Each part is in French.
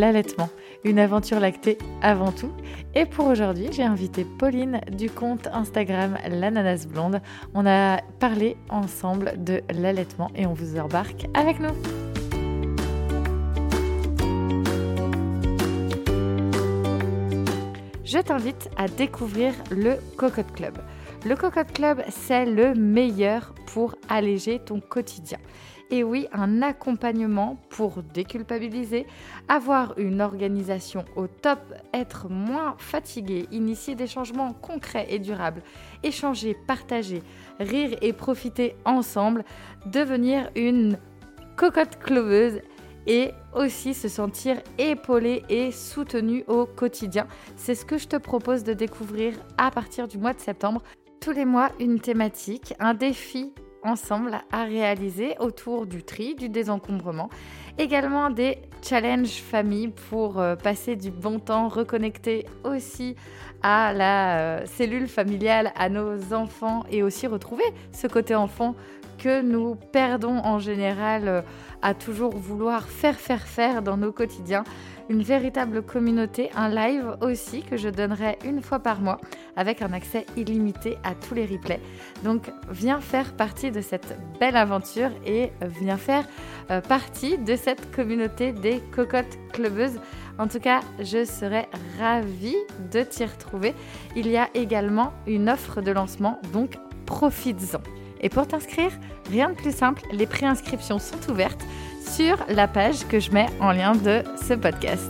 l'allaitement, une aventure lactée avant tout. Et pour aujourd'hui, j'ai invité Pauline du compte Instagram l'Ananas Blonde. On a parlé ensemble de l'allaitement et on vous embarque avec nous. Je t'invite à découvrir le Cocotte Club. Le Cocotte Club, c'est le meilleur pour alléger ton quotidien. Et oui, un accompagnement pour déculpabiliser, avoir une organisation au top, être moins fatigué, initier des changements concrets et durables, échanger, partager, rire et profiter ensemble, devenir une cocotte clubeuse et aussi se sentir épaulé et soutenu au quotidien. C'est ce que je te propose de découvrir à partir du mois de septembre. Tous les mois, une thématique, un défi ensemble à réaliser autour du tri, du désencombrement. Également des challenges famille pour passer du bon temps, reconnecter aussi à la cellule familiale, à nos enfants et aussi retrouver ce côté enfant que nous perdons en général à toujours vouloir faire dans nos quotidiens. Une véritable communauté, un live aussi que je donnerai une fois par mois avec un accès illimité à tous les replays. Donc viens faire partie de cette belle aventure et viens faire partie de cette communauté des cocottes clubeuses. En tout cas, je serais ravie de t'y retrouver. Il y a également une offre de lancement, donc profites-en. Et pour t'inscrire, rien de plus simple, les préinscriptions sont ouvertes sur la page que je mets en lien de ce podcast.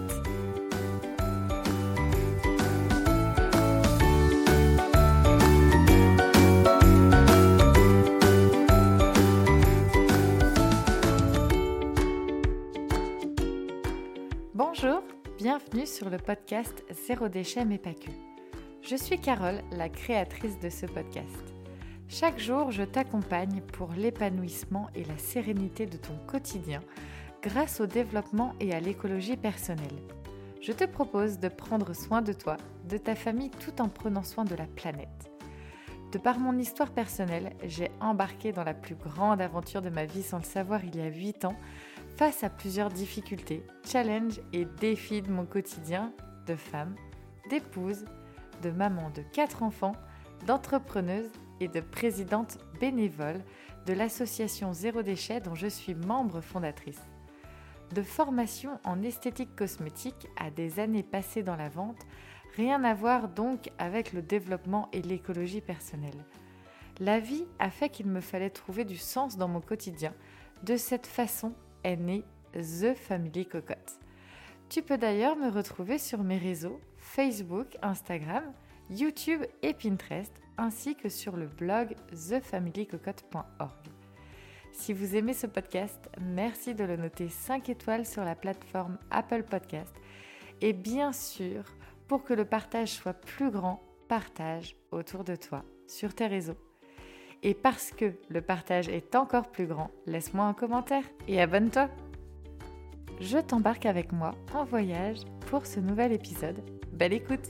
Bonjour, bienvenue sur le podcast Zéro déchet mais pas que. Je suis Carole, la créatrice de ce podcast. Chaque jour, je t'accompagne pour l'épanouissement et la sérénité de ton quotidien grâce au développement et à l'écologie personnelle. Je te propose de prendre soin de toi, de ta famille, tout en prenant soin de la planète. De par mon histoire personnelle, j'ai embarqué dans la plus grande aventure de ma vie sans le savoir il y a 8 ans, face à plusieurs difficultés, challenges et défis de mon quotidien de femme, d'épouse, de maman de 4 enfants, d'entrepreneuse et de présidente bénévole de l'association Zéro Déchet dont je suis membre fondatrice. De formation en esthétique cosmétique à des années passées dans la vente, rien à voir donc avec le développement et l'écologie personnelle. La vie a fait qu'il me fallait trouver du sens dans mon quotidien. De cette façon est née The Family Cocotte. Tu peux d'ailleurs me retrouver sur mes réseaux Facebook, Instagram, YouTube et Pinterest, ainsi que sur le blog thefamilycocotte.org. Si vous aimez ce podcast, merci de le noter 5 étoiles sur la plateforme Apple Podcast. Et bien sûr, pour que le partage soit plus grand, partage autour de toi, sur tes réseaux. Et parce que le partage est encore plus grand, laisse-moi un commentaire et abonne-toi. Je t'embarque avec moi en voyage pour ce nouvel épisode. Belle écoute!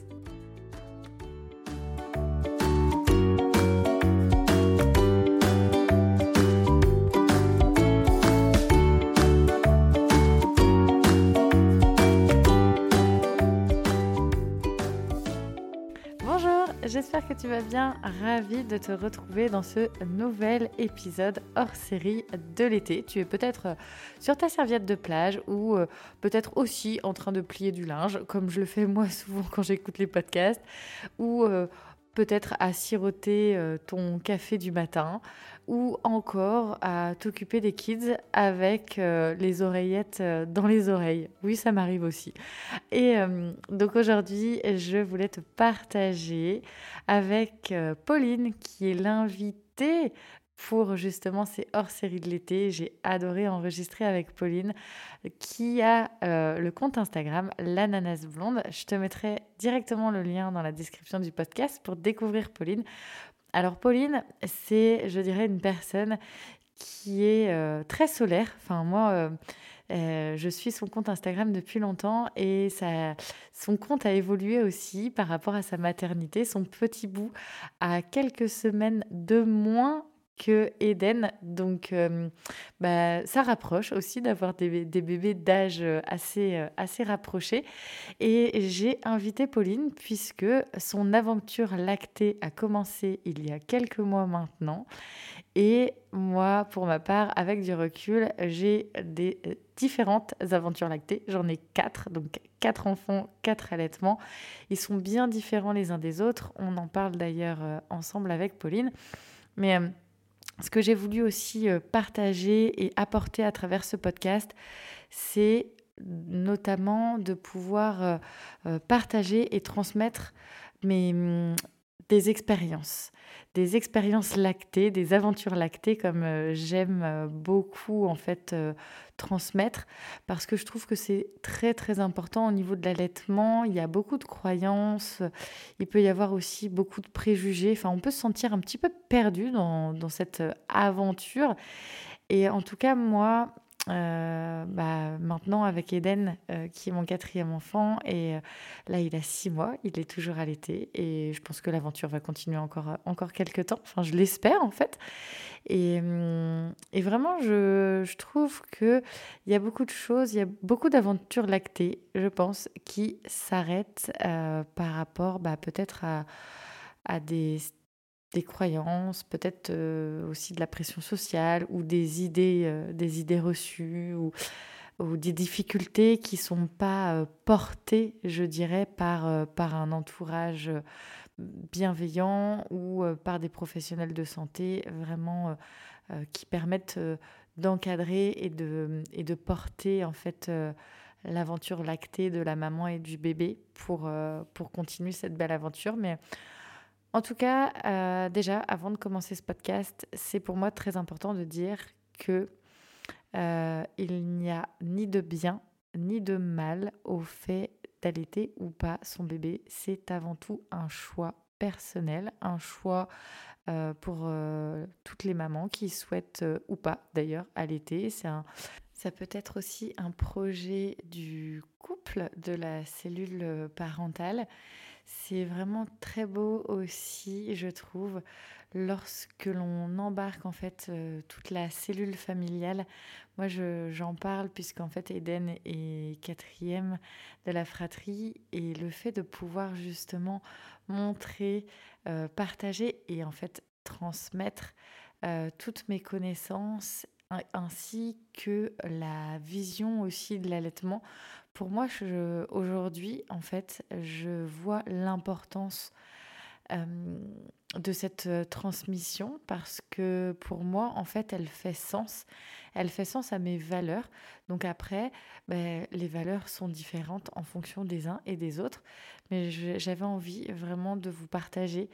J'espère que tu vas bien, ravie de te retrouver dans ce nouvel épisode hors série de l'été. Tu es peut-être sur ta serviette de plage ou peut-être aussi en train de plier du linge, comme je le fais moi souvent quand j'écoute les podcasts, ou peut-être à siroter ton café du matin, ou encore à t'occuper des kids avec les oreillettes dans les oreilles. Oui, ça m'arrive aussi. Et donc aujourd'hui, je voulais te partager avec Pauline, qui est l'invitée pour justement ces hors-séries de l'été. J'ai adoré enregistrer avec Pauline, qui a le compte Instagram l'Ananas Blonde. Je te mettrai directement le lien dans la description du podcast pour découvrir Pauline. Alors Pauline, c'est, je dirais, une personne qui est très solaire. Enfin, moi, je suis son compte Instagram depuis longtemps et son compte a évolué aussi par rapport à sa maternité. Son petit bout a quelques semaines de moins que Eden. Donc, ça rapproche aussi d'avoir des bébés d'âge assez rapproché. Et j'ai invité Pauline puisque son aventure lactée a commencé il y a quelques mois maintenant. Et moi, pour ma part, avec du recul, j'ai des différentes aventures lactées. J'en ai 4, donc 4 enfants, 4 allaitements. Ils sont bien différents les uns des autres. On en parle d'ailleurs ensemble avec Pauline. Mais ce que j'ai voulu aussi partager et apporter à travers ce podcast, c'est notamment de pouvoir partager et transmettre mes, des expériences. Des expériences lactées, des aventures lactées, comme j'aime beaucoup en fait transmettre, parce que je trouve que c'est très très important au niveau de l'allaitement. Il y a beaucoup de croyances, il peut y avoir aussi beaucoup de préjugés. Enfin, on peut se sentir un petit peu perdu dans cette aventure. Et en tout cas, moi, maintenant avec Eden, qui est mon 4e enfant, et là, il a 6 mois, il est toujours allaité, et je pense que l'aventure va continuer encore quelques temps. Enfin, je l'espère en fait. Et vraiment, je trouve qu'il y a beaucoup de choses, il y a beaucoup d'aventures lactées, je pense, qui s'arrêtent par rapport peut-être à des croyances, peut-être aussi de la pression sociale ou des idées reçues ou des difficultés qui ne sont pas portées, je dirais, par un entourage bienveillant ou par des professionnels de santé vraiment qui permettent d'encadrer et de porter en fait l'aventure lactée de la maman et du bébé pour continuer cette belle aventure. Mais en tout cas, déjà, avant de commencer ce podcast, c'est pour moi très important de dire que il n'y a ni de bien ni de mal au fait d'allaiter ou pas son bébé. C'est avant tout un choix personnel, un choix pour toutes les mamans qui souhaitent ou pas d'ailleurs allaiter. Ça peut être aussi un projet du couple, de la cellule parentale. C'est vraiment très beau aussi, je trouve, lorsque l'on embarque en fait toute la cellule familiale. Moi, j'en parle puisqu'en fait Eden est 4e de la fratrie, et le fait de pouvoir justement montrer, partager et en fait transmettre toutes mes connaissances ainsi que la vision aussi de l'allaitement. Pour moi, aujourd'hui, en fait, je vois l'importance de cette transmission, parce que pour moi, en fait, elle fait sens. Elle fait sens à mes valeurs. Donc après, les valeurs sont différentes en fonction des uns et des autres. Mais j'avais envie vraiment de vous partager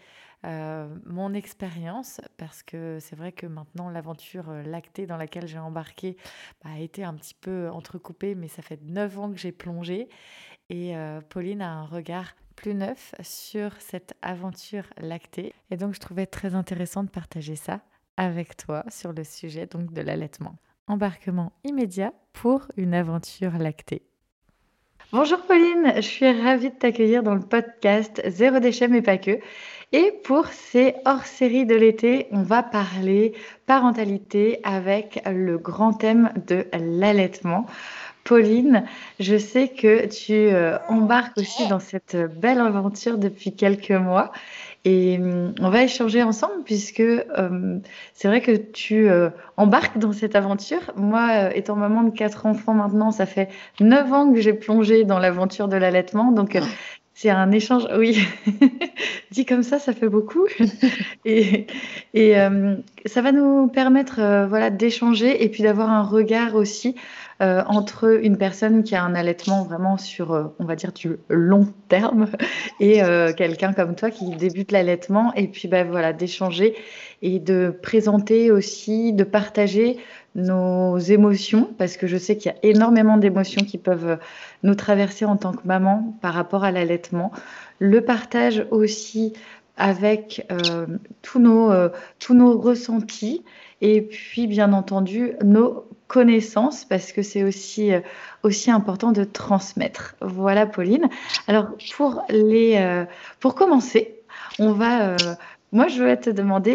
mon expérience, parce que c'est vrai que maintenant, l'aventure lactée dans laquelle j'ai embarqué a été un petit peu entrecoupée, mais ça fait 9 ans que j'ai plongé. Et Pauline a un regard plus neuf sur cette aventure lactée. Et donc, je trouvais très intéressant de partager ça avec toi sur le sujet donc de l'allaitement. Embarquement immédiat pour une aventure lactée. Bonjour Pauline, je suis ravie de t'accueillir dans le podcast Zéro déchet mais pas que. Et pour ces hors-séries de l'été, on va parler parentalité avec le grand thème de l'allaitement. Pauline, je sais que tu embarques aussi dans cette belle aventure depuis quelques mois, et on va échanger ensemble puisque c'est vrai que tu embarques dans cette aventure. Moi, étant maman de 4 enfants maintenant, ça fait 9 ans que j'ai plongé dans l'aventure de l'allaitement. Donc, c'est un échange, oui, dit comme ça fait beaucoup. Et, et ça va nous permettre voilà, d'échanger et puis d'avoir un regard aussi entre une personne qui a un allaitement vraiment sur, on va dire, du long terme et quelqu'un comme toi qui débute l'allaitement, et puis voilà, d'échanger et de présenter aussi, de partager nos émotions, parce que je sais qu'il y a énormément d'émotions qui peuvent nous traverser en tant que maman par rapport à l'allaitement. Le partage aussi avec tous nos ressentis, et puis bien entendu nos connaissances, parce que c'est aussi important de transmettre. Voilà Pauline. Alors pour commencer, moi je vais te demander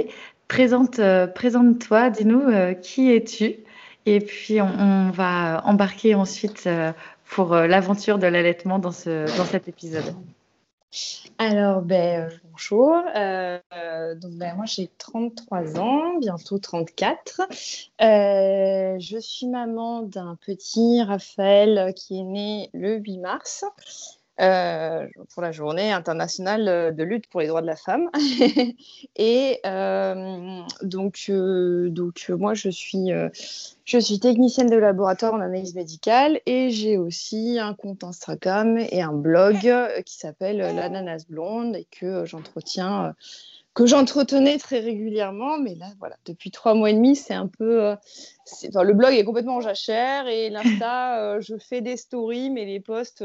Présente-toi, dis-nous qui es-tu? Et puis on va embarquer ensuite pour l'aventure de l'allaitement dans cet épisode. Alors, bonjour. Moi, j'ai 33 ans, bientôt 34. Je suis maman d'un petit Raphaël qui est né le 8 mars pour la journée internationale de lutte pour les droits de la femme. Et moi, je suis technicienne de laboratoire en analyse médicale et j'ai aussi un compte Instagram et un blog qui s'appelle l'Ananas Blonde et que j'entretenais très régulièrement. Mais là, voilà, depuis 3 mois et demi, c'est un peu... le blog est complètement en jachère et l'Insta, je fais des stories, mais les posts,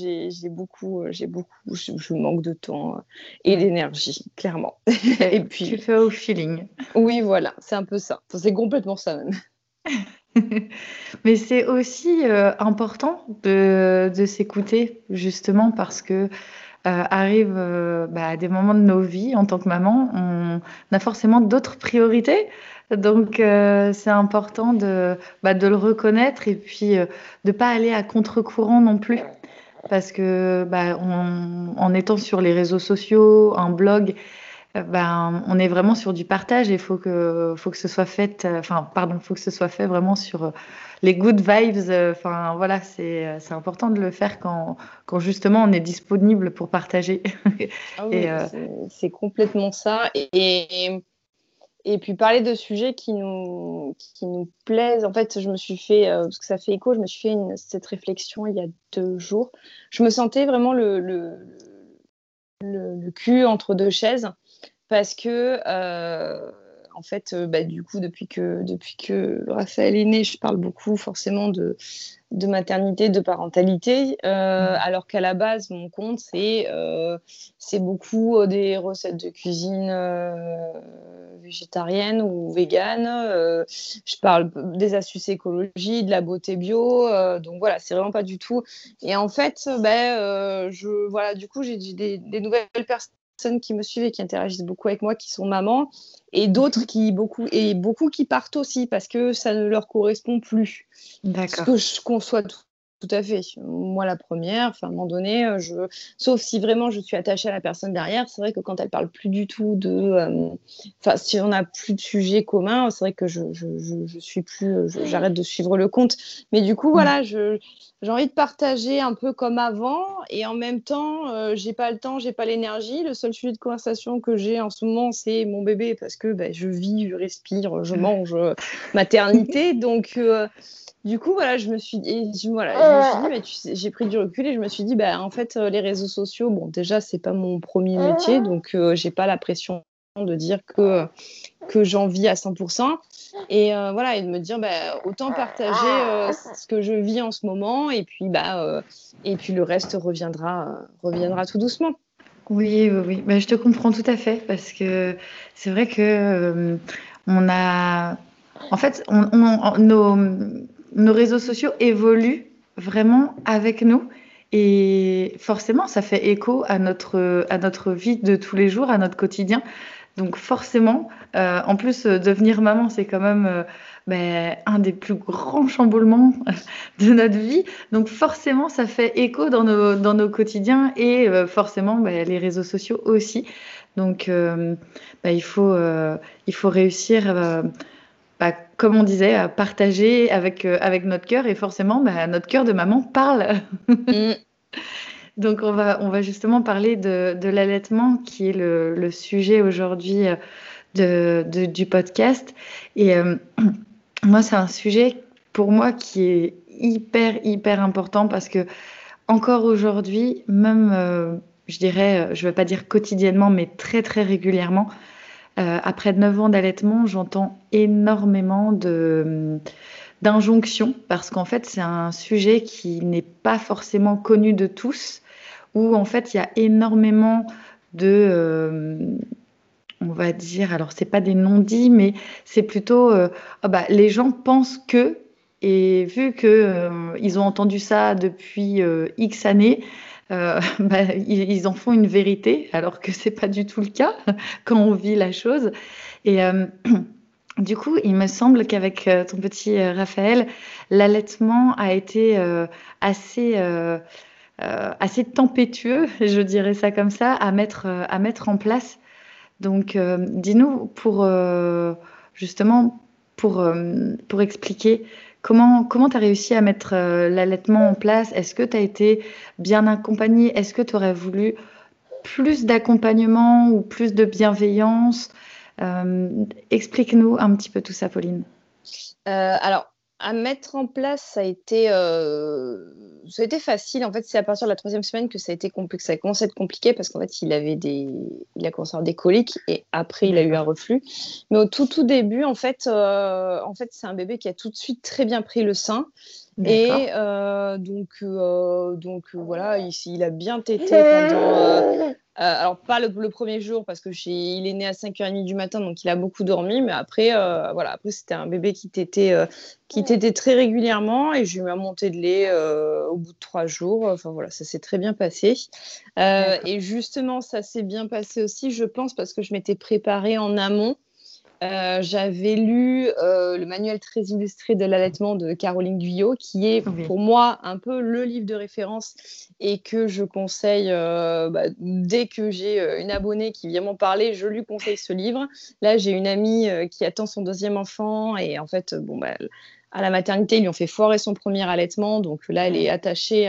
je manque de temps et d'énergie, clairement. Et puis, tu le fais au feeling. Oui, voilà, c'est un peu ça. Enfin, c'est complètement ça même. Mais c'est aussi important de s'écouter, justement, parce que arrivent des moments de nos vies en tant que maman, on a forcément d'autres priorités. Donc, c'est important de le reconnaître et puis de ne pas aller à contre-courant non plus. Parce que en étant sur les réseaux sociaux, un blog, on est vraiment sur du partage et faut que ce soit fait, faut que ce soit fait vraiment sur les good vibes. Enfin, voilà, c'est important de le faire quand justement on est disponible pour partager. Ah oui, c'est complètement ça. Et puis parler de sujets qui nous plaisent. En fait, je me suis fait, parce que ça fait écho, je me suis fait cette réflexion il y a 2 jours. Je me sentais vraiment le cul entre 2 chaises parce que, en fait, du coup, depuis que Raphaël est né, je parle beaucoup forcément de maternité, de parentalité, alors qu'à la base, mon compte, c'est beaucoup des recettes de cuisine végétarienne ou végane. Je parle des astuces écologie, de la beauté bio. Donc voilà, c'est vraiment pas du tout. Et en fait, du coup, j'ai des nouvelles personnes qui me suivent et qui interagissent beaucoup avec moi, qui sont mamans, et d'autres beaucoup qui partent aussi parce que ça ne leur correspond plus. D'accord. Ce que je conçois tout à fait. Moi, la première, à un moment donné, sauf si vraiment je suis attachée à la personne derrière, c'est vrai que quand elle parle plus du tout si on n'a plus de sujet commun, c'est vrai que je suis plus, j'arrête de suivre le compte. Mais du coup, voilà, j'ai envie de partager un peu comme avant et en même temps, j'ai pas le temps, j'ai pas l'énergie. Le seul sujet de conversation que j'ai en ce moment, c'est mon bébé parce que je vis, je respire, je mange, maternité. Donc, du coup, voilà, je me suis dit, j'ai pris du recul et je me suis dit, en fait, les réseaux sociaux, bon, déjà, c'est pas mon premier métier, donc j'ai pas la pression de dire que j'en vis à 100%. Et voilà, et de me dire, autant partager ce que je vis en ce moment, et puis le reste reviendra tout doucement. Oui. Je te comprends tout à fait parce que c'est vrai que on a, en fait, nos réseaux sociaux évoluent vraiment avec nous et forcément, ça fait écho à notre vie de tous les jours, à notre quotidien. Donc forcément, en plus, devenir maman, c'est quand même un des plus grands chamboulements de notre vie. Donc forcément, ça fait écho dans nos quotidiens et forcément, les réseaux sociaux aussi. Donc il faut réussir, comme on disait, à partager avec notre cœur. Et forcément, notre cœur de maman parle. Donc on va justement parler de l'allaitement qui est le sujet aujourd'hui du podcast. Et moi, c'est un sujet pour moi qui est hyper important parce que encore aujourd'hui, même je dirais, je ne vais pas dire quotidiennement, mais très très régulièrement, après 9 ans d'allaitement, j'entends énormément d'injonctions parce qu'en fait, c'est un sujet qui n'est pas forcément connu de tous, où en fait, il y a énormément on va dire, alors c'est pas des non-dits, mais c'est plutôt, les gens pensent que, et vu que ils ont entendu ça depuis X années, ils en font une vérité, alors que c'est pas du tout le cas quand on vit la chose. Et du coup, il me semble qu'avec ton petit Raphaël, l'allaitement a été assez, assez tempétueux, je dirais ça comme ça, à mettre en place. Donc, dis-nous justement pour expliquer comment tu as réussi à mettre l'allaitement en place. Est-ce que tu as été bien accompagnée? Est-ce que tu aurais voulu plus d'accompagnement ou plus de bienveillance? Euh, Explique-nous un petit peu tout ça, Pauline. Alors, à mettre en place, ça a été facile. En fait, c'est à partir de la troisième semaine que ça a été que ça a commencé à être compliqué parce qu'en fait, il a commencé à avoir des coliques et après, il a eu un D'accord. reflux. Mais au tout début, c'est un bébé qui a tout de suite très bien pris le sein. D'accord. Et voilà, il a bien tété pendant. Alors, pas le premier jour parce il est né à 5h30 du matin, donc il a beaucoup dormi. Mais après, voilà, après c'était un bébé qui tétait très régulièrement et j'ai eu ma montée de lait au bout de 3 jours. Enfin voilà, ça s'est très bien passé. D'accord. Et justement, ça s'est bien passé aussi, je pense, parce que je m'étais préparée en amont. J'avais lu le manuel très illustré de l'allaitement de Caroline Guyot, qui est Oui. pour moi un peu le livre de référence et que je conseille dès que j'ai une abonnée qui vient m'en parler, je lui conseille ce livre. Là, j'ai une amie qui attend son deuxième enfant et en fait, à la maternité, ils lui ont fait foirer son premier allaitement, donc là, elle est attachée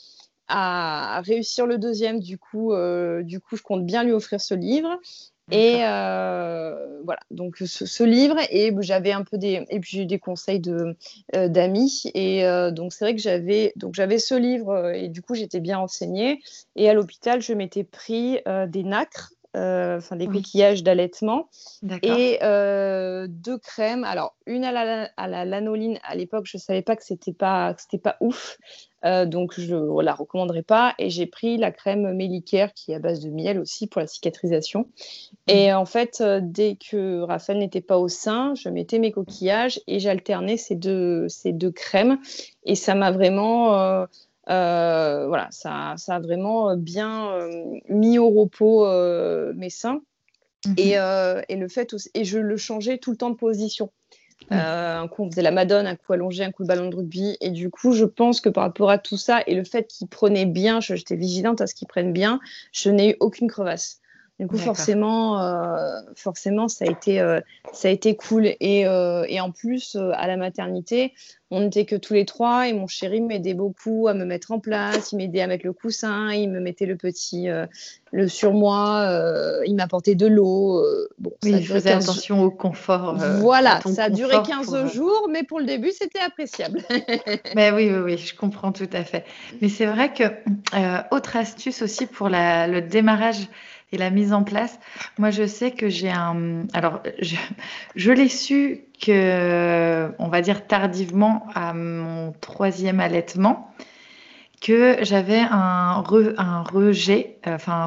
à réussir le deuxième. Du coup, je compte bien lui offrir ce livre. Et D'accord. voilà, donc ce livre, et et puis j'ai eu des conseils d'amis. Et donc c'est vrai que j'avais ce livre et du coup j'étais bien renseignée. Et à l'hôpital, je m'étais pris des nacres, enfin des Oui. coquillages d'allaitement D'accord. et 2 crèmes. Alors, une à la lanoline, à l'époque, je ne savais pas que c'était pas ouf. Donc, je ne la recommanderais pas. Et j'ai pris la crème Mélicare, qui est à base de miel aussi pour la cicatrisation. Mm. Et en fait, dès que Raphaël n'était pas au sein, je mettais mes coquillages et j'alternais ces deux crèmes. Et ça m'a vraiment, voilà, ça a vraiment bien mis au repos mes seins. Mhm. Et le fait aussi, et je le changeais tout le temps de position. Oui. Un coup, on faisait la madone, un coup allongé, un coup le ballon de rugby. Et du coup, je pense que par rapport à tout ça et le fait qu'il prenait bien, j'étais vigilante à ce qu'il prenne bien, je n'ai eu aucune crevasse. Du coup, D'accord. forcément, ça a été cool. Et en plus, à la maternité, on n'était que tous les trois et mon chéri m'aidait beaucoup à me mettre en place. Il m'aidait à mettre le coussin, il me mettait le surmoi, il m'apportait de l'eau. Bon, Oui, ça a il duré faisait 15 jours. attention au confort, à Voilà, ton ça a duré confort 15 pour. jours, mais pour le début, c'était appréciable. Ben oui, oui, oui, je comprends tout à fait. Mais c'est vrai que autre astuce aussi pour le démarrage et la mise en place. Moi, je sais que j'ai un. Alors, je l'ai su que, on va dire tardivement à mon troisième allaitement, que j'avais un rejet.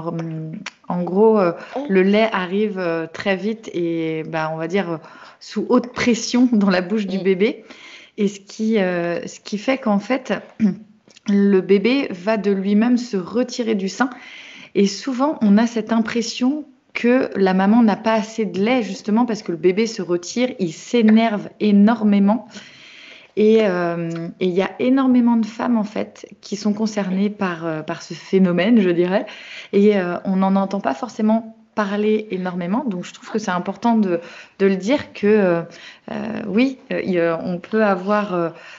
En gros, le lait arrive très vite et, bah, on va dire, sous haute pression dans la bouche du Mm. bébé. Et ce qui fait qu'en fait, le bébé va de lui-même se retirer du sein. Et souvent, on a cette impression que la maman n'a pas assez de lait, justement parce que le bébé se retire, il s'énerve énormément. Et il y a énormément de femmes, en fait, qui sont concernées par ce phénomène, je dirais. Et on n'en entend pas forcément parler énormément. Donc, je trouve que c'est important de le dire que, oui, on peut avoir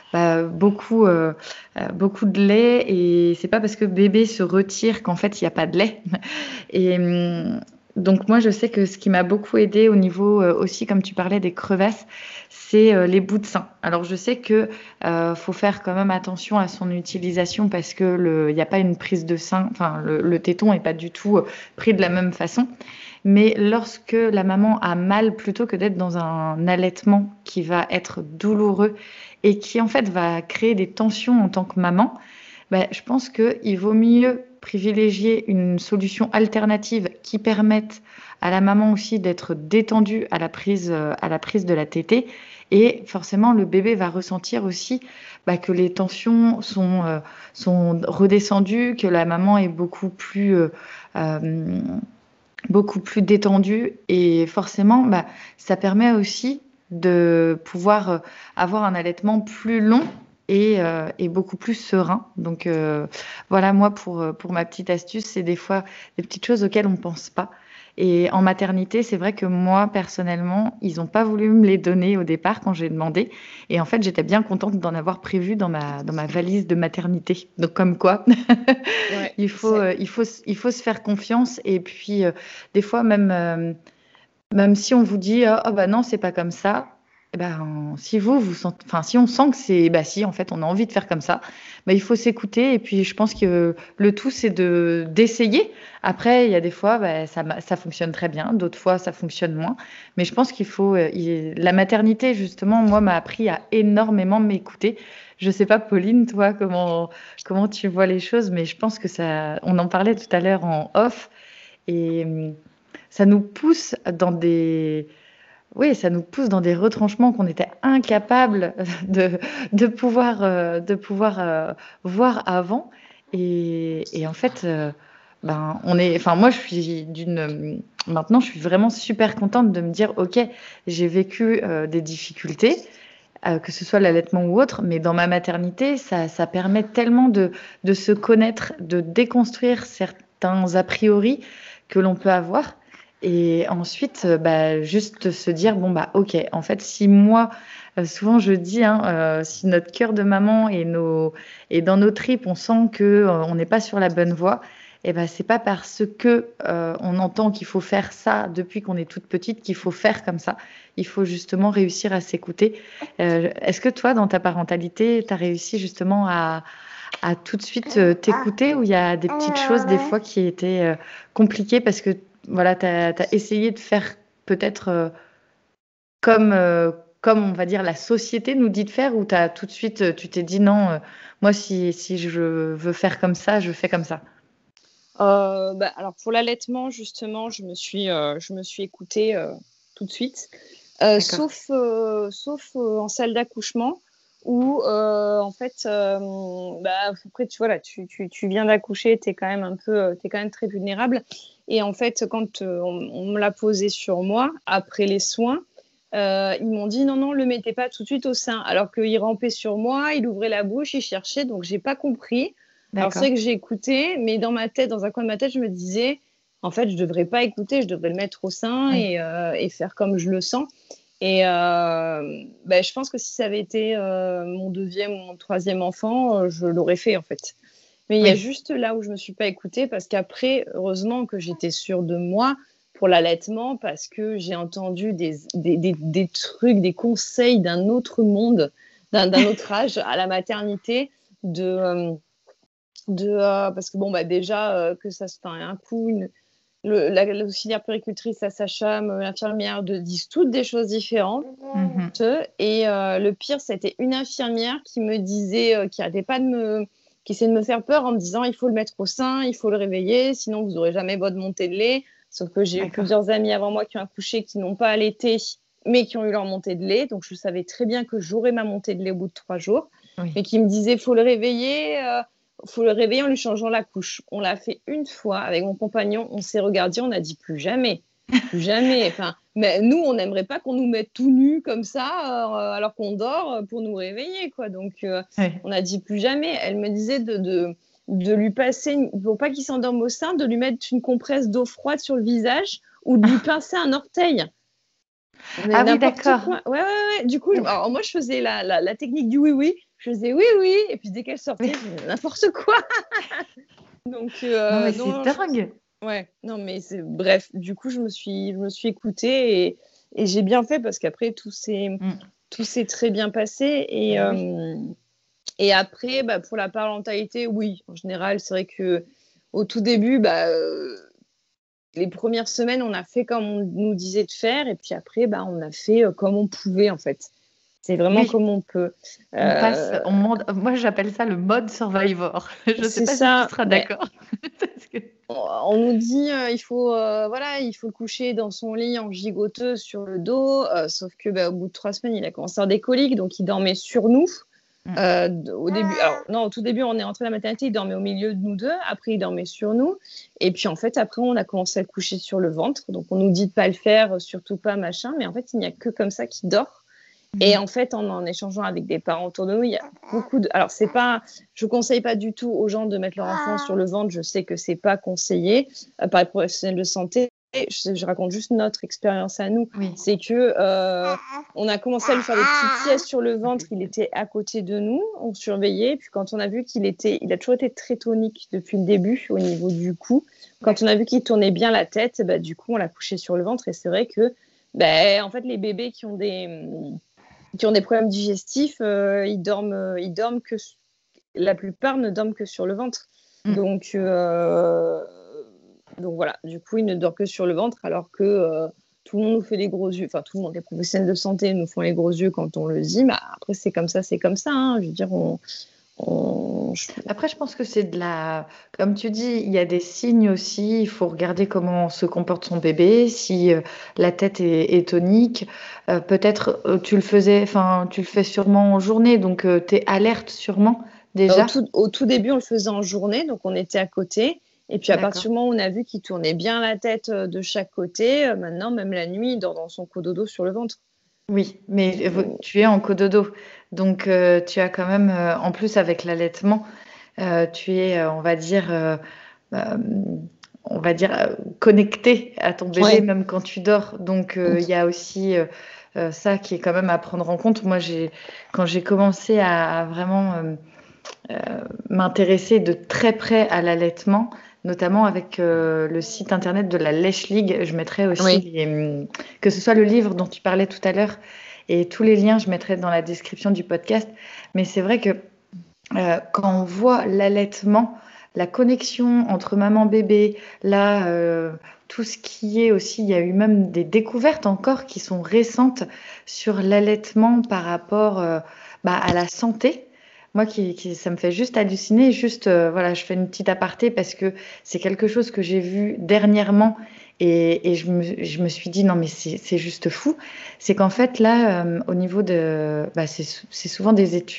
beaucoup de lait et c'est pas parce que bébé se retire qu'en fait, il n'y a pas de lait. Et donc moi, je sais que ce qui m'a beaucoup aidé au niveau aussi, comme tu parlais des crevasses, c'est les bouts de sein. Alors je sais que faut faire quand même attention à son utilisation parce que il n'y a pas une prise de sein, enfin le téton est pas du tout pris de la même façon. Mais lorsque la maman a mal, plutôt que d'être dans un allaitement qui va être douloureux et qui en fait va créer des tensions en tant que maman, bah, je pense qu'il vaut mieux privilégier une solution alternative qui permette à la maman aussi d'être détendue à la prise de la tétée. Et forcément, le bébé va ressentir aussi que les tensions sont redescendues, que la maman est beaucoup plus détendue. Et forcément, ça permet aussi de pouvoir avoir un allaitement plus long et beaucoup plus serein. Donc voilà, moi, pour ma petite astuce, c'est des fois des petites choses auxquelles on ne pense pas. Et en maternité, c'est vrai que moi, personnellement, ils n'ont pas voulu me les donner au départ quand j'ai demandé. Et en fait, j'étais bien contente d'en avoir prévu dans ma valise de maternité. Donc, comme quoi, Ouais, il faut se faire confiance. Et puis, des fois, même si on vous dit ah bah non, c'est pas comme ça, eh ben, si on sent que c'est si en fait on a envie de faire comme ça, il faut s'écouter. Et puis je pense que le tout c'est d'essayer. Après, il y a des fois ça fonctionne très bien, d'autres fois ça fonctionne moins. Mais je pense qu'il faut la maternité justement, moi, m'a appris à énormément m'écouter. Je sais pas, Pauline, toi, comment tu vois les choses, mais je pense que ça, on en parlait tout à l'heure en off. Et ça nous pousse dans des, oui, ça nous pousse dans des retranchements qu'on était incapable de pouvoir voir avant. Et en fait, moi, maintenant, je suis vraiment super contente de me dire, ok, j'ai vécu des difficultés, que ce soit l'allaitement ou autre, mais dans ma maternité, ça permet tellement de se connaître, de déconstruire certains a priori que l'on peut avoir. Et ensuite, juste se dire, bon, ok, en fait, si moi, souvent je dis, hein, si notre cœur de maman et dans nos tripes, on sent que on n'est pas sur la bonne voie, et c'est pas parce que on entend qu'il faut faire ça depuis qu'on est toute petite qu'il faut faire comme ça. Il faut justement réussir à s'écouter. Est-ce que toi, dans ta parentalité, tu as réussi justement à tout de suite t'écouter, ou il y a des petites choses des fois qui étaient compliquées parce que voilà, tu as essayé de faire peut-être comme, comme on va dire la société nous dit de faire, ou t'as tout de suite tu t'es dit non, moi si je veux faire comme ça, je fais comme ça. Alors pour l'allaitement, justement, je me suis écoutée tout de suite, D'accord. sauf en salle d'accouchement où en fait, après tu vois là, tu viens d'accoucher, t'es quand même très vulnérable. Et en fait, quand on me l'a posé sur moi après les soins, ils m'ont dit non, non, le mettez pas tout de suite au sein. Alors qu'il rampait sur moi, il ouvrait la bouche, il cherchait, donc j'ai pas compris. Alors c'est D'accord. vrai que j'ai écouté, mais dans ma tête, dans un coin de ma tête, je me disais, en fait, je devrais pas écouter, je devrais le mettre au sein Oui. et faire comme je le sens. Et je pense que si ça avait été mon deuxième ou mon troisième enfant, je l'aurais fait en fait. Mais il y a Oui. juste là où je me suis pas écoutée parce qu'après, heureusement que j'étais sûre de moi pour l'allaitement parce que j'ai entendu des trucs, des conseils d'un autre monde, d'un autre âge à la maternité parce que bon déjà que ça se fait un coup l'auxiliaire puéricultrice, la sage-femme, l'infirmière disent toutes des choses différentes. Mhm. Et le pire, c'était une infirmière qui me disait, qui arrêtait pas qui essayait de me faire peur en me disant il faut le mettre au sein, il faut le réveiller, sinon vous n'aurez jamais votre montée de lait. Sauf que j'ai eu D'accord. plusieurs amis avant moi qui ont accouché, qui n'ont pas allaité, mais qui ont eu leur montée de lait. Donc je savais très bien que j'aurais ma montée de lait au bout de 3 jours. Oui. Mais qui me disait faut le réveiller. Faut le réveiller en lui changeant la couche. On l'a fait une fois avec mon compagnon, on s'est regardé, on a dit plus jamais, plus jamais. Enfin, mais nous, on n'aimerait pas qu'on nous mette tout nus comme ça alors qu'on dort pour nous réveiller, quoi. Donc, Oui. on a dit plus jamais. Elle me disait de lui passer, pour pas qu'il s'endorme au sein, de lui mettre une compresse d'eau froide sur le visage ou de lui pincer un orteil. Mais Ah oui, n'importe d'accord. quoi. Ouais, ouais, ouais. Du coup, Ouf. alors, moi, je faisais la technique du oui-oui. Je faisais oui-oui. Et puis, dès qu'elle sortait, Oui. je faisais n'importe quoi. Donc, Non, mais c'est non, dingue. ouais, non, mais bref, du coup, je me suis écoutée et j'ai bien fait parce qu'après, Mm. tout s'est très bien passé. Oui. Et après, pour la parentalité, oui, en général, c'est vrai que au tout début, les premières semaines, on a fait comme on nous disait de faire et puis après, on a fait comme on pouvait, en fait. C'est vraiment Oui, comme on peut. moi j'appelle ça le mode Survivor. Je ne sais C'est pas si tu ça. seras Ben, d'accord. Parce que- on nous dit il faut le coucher dans son lit en gigoteuse sur le dos. Sauf que au bout de 3 semaines, il a commencé à avoir des coliques, donc il dormait sur nous. Mm. Au début, alors non, au tout début, on est entré à la maternité, il dormait au milieu de nous deux. Après, il dormait sur nous. Et puis en fait, après, on a commencé à le coucher sur le ventre. Donc on nous dit de pas le faire, surtout pas machin. Mais en fait, il n'y a que comme ça qu'il dort. Et Mm. en fait, en échangeant avec des parents autour de nous, il y a beaucoup de. Alors, c'est pas. Je conseille pas du tout aux gens de mettre leur enfant sur le ventre. Je sais que c'est pas conseillé par les professionnels de santé. Je raconte juste notre expérience à nous. Oui. C'est que on a commencé à lui faire des petites siestes sur le ventre. Il était à côté de nous, on surveillait. Puis quand on a vu il a toujours été très tonique depuis le début au niveau du cou. Quand on a vu qu'il tournait bien la tête, du coup, on l'a couché sur le ventre. Et c'est vrai que, en fait, les bébés qui ont des problèmes digestifs, ils dorment que la plupart ne dorment que sur le ventre. Mm. Donc voilà, du coup, ils ne dorment que sur le ventre, alors que tout le monde nous fait les gros yeux. Enfin, tout le monde, les professionnels de santé nous font les gros yeux quand on le dit. Mais après, c'est comme ça, c'est comme ça. Hein. Je veux dire, Après, je pense que c'est comme tu dis, il y a des signes aussi. Il faut regarder comment se comporte son bébé, si la tête est tonique. Peut-être tu le faisais, enfin, tu le fais sûrement en journée, donc tu es alerte sûrement déjà. Au tout début, on le faisait en journée, donc on était à côté. Et puis à D'accord. partir du moment où on a vu qu'il tournait bien la tête de chaque côté, maintenant, même la nuit, il dort dans son cododo sur le ventre. Oui, mais tu es en cododo, donc tu as quand même, en plus avec l'allaitement, tu es, euh, on va dire connecté à ton bébé Ouais. même quand tu dors. Donc il y a aussi ça qui est quand même à prendre en compte. Moi, quand j'ai commencé à vraiment m'intéresser de très près à l'allaitement, notamment avec le site internet de la Lèche League. Je mettrai aussi Oui. que ce soit le livre dont tu parlais tout à l'heure et tous les liens, je mettrai dans la description du podcast. Mais c'est vrai que quand on voit l'allaitement, la connexion entre maman-bébé, là, tout ce qui est aussi, il y a eu même des découvertes encore qui sont récentes sur l'allaitement par rapport à la santé. Moi, ça me fait juste halluciner. Juste, voilà, je fais une petite aparté parce que c'est quelque chose que j'ai vu dernièrement et je me suis dit, non, mais c'est juste fou. C'est qu'en fait, là, au niveau c'est souvent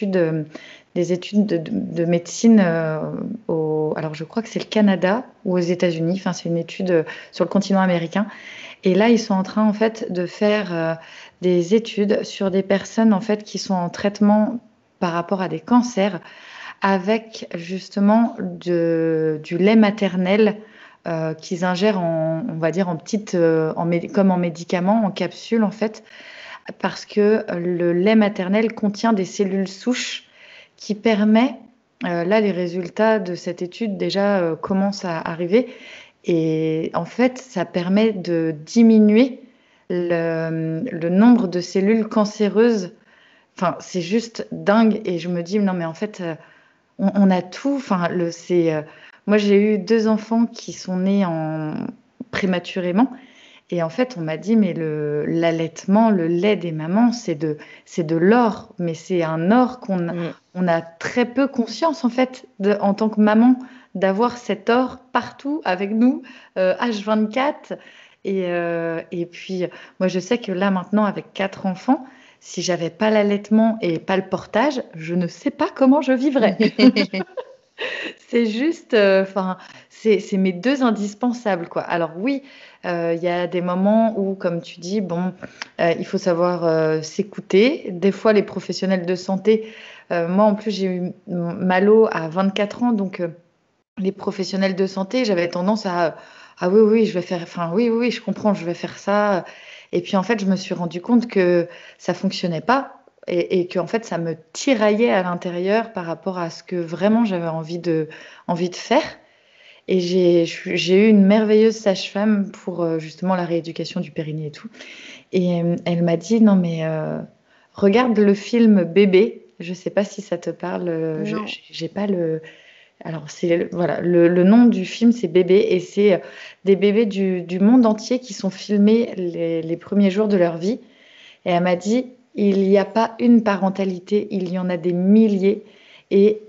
des études de médecine alors je crois que c'est le Canada ou aux États-Unis. Enfin, c'est une étude sur le continent américain. Et là, ils sont en train en fait de faire des études sur des personnes en fait qui sont en traitement par rapport à des cancers avec justement du lait maternel qu'ils ingèrent on va dire en petite, comme en médicament, en capsule en fait, parce que le lait maternel contient des cellules souches qui permet, là les résultats de cette étude déjà commencent à arriver, et en fait ça permet de diminuer le nombre de cellules cancéreuses. Enfin, c'est juste dingue et je me dis non mais en fait on a tout. Enfin, moi j'ai eu 2 enfants qui sont nés prématurément. Et en fait, on m'a dit, mais l'allaitement, le lait des mamans, c'est de l'or, mais c'est un or on a très peu conscience, en fait, en tant que maman, d'avoir cet or partout avec nous, H24. Et puis, moi, je sais que là, maintenant, avec 4 enfants, si j'avais pas l'allaitement et pas le portage, je ne sais pas comment je vivrais. C'est juste, enfin, c'est mes deux indispensables, quoi. Alors oui, il y a des moments où, comme tu dis, bon, il faut savoir s'écouter. Des fois, les professionnels de santé, moi en plus, j'ai eu Malo à 24 ans, donc les professionnels de santé, j'avais tendance ah oui, oui, je vais faire, enfin oui, oui, oui, je comprends, je vais faire ça. Et puis en fait, je me suis rendu compte que ça fonctionnait pas et que en fait, ça me tiraillait à l'intérieur par rapport à ce que vraiment j'avais envie de faire. Et j'ai eu une merveilleuse sage-femme pour justement la rééducation du périnée et tout. Et elle m'a dit, non mais regarde le film Bébé. Je sais pas si ça te parle. Non. J'ai pas le. Alors c'est voilà le nom du film, c'est Bébé, et c'est des bébés du monde entier qui sont filmés les premiers jours de leur vie. Et elle m'a dit, il n'y a pas une parentalité, il y en a des milliers. Et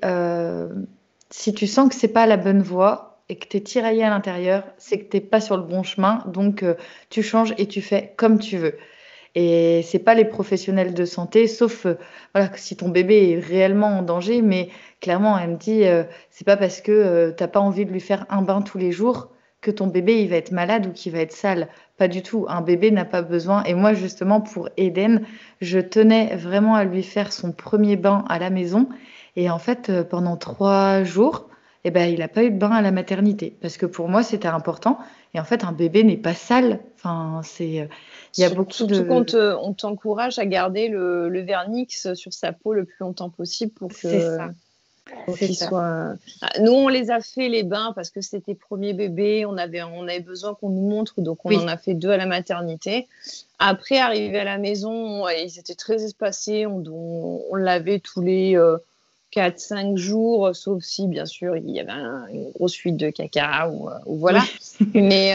si tu sens que c'est pas la bonne voie et que tu es tiraillé à l'intérieur, c'est que tu n'es pas sur le bon chemin. Donc, tu changes et tu fais comme tu veux. Et c'est pas les professionnels de santé, sauf voilà, si ton bébé est réellement en danger. Mais clairement, elle me dit, c'est pas parce que t'as pas envie de lui faire un bain tous les jours que ton bébé il va être malade ou qu'il va être sale. Pas du tout. Un bébé n'a pas besoin. Et moi, justement, pour Eden, je tenais vraiment à lui faire son premier bain à la maison. Et en fait, pendant 3 jours, eh ben, il n'a pas eu de bain à la maternité. Parce que pour moi, c'était important. Et en fait, un bébé n'est pas sale. Enfin, il y a beaucoup Surtout de... quand on t'encourage à garder le vernix sur sa peau le plus longtemps possible pour C'est ça. qu'il soit. Nous, on les a fait les bains parce que c'était premier bébé, on avait besoin qu'on nous montre, donc on en a fait 2 à la maternité. Après, arrivé à la maison, ils étaient très espacés, on lavait tous les 4-5 jours, sauf si, bien sûr, il y avait une grosse fuite de caca ou voilà. Oui. Mais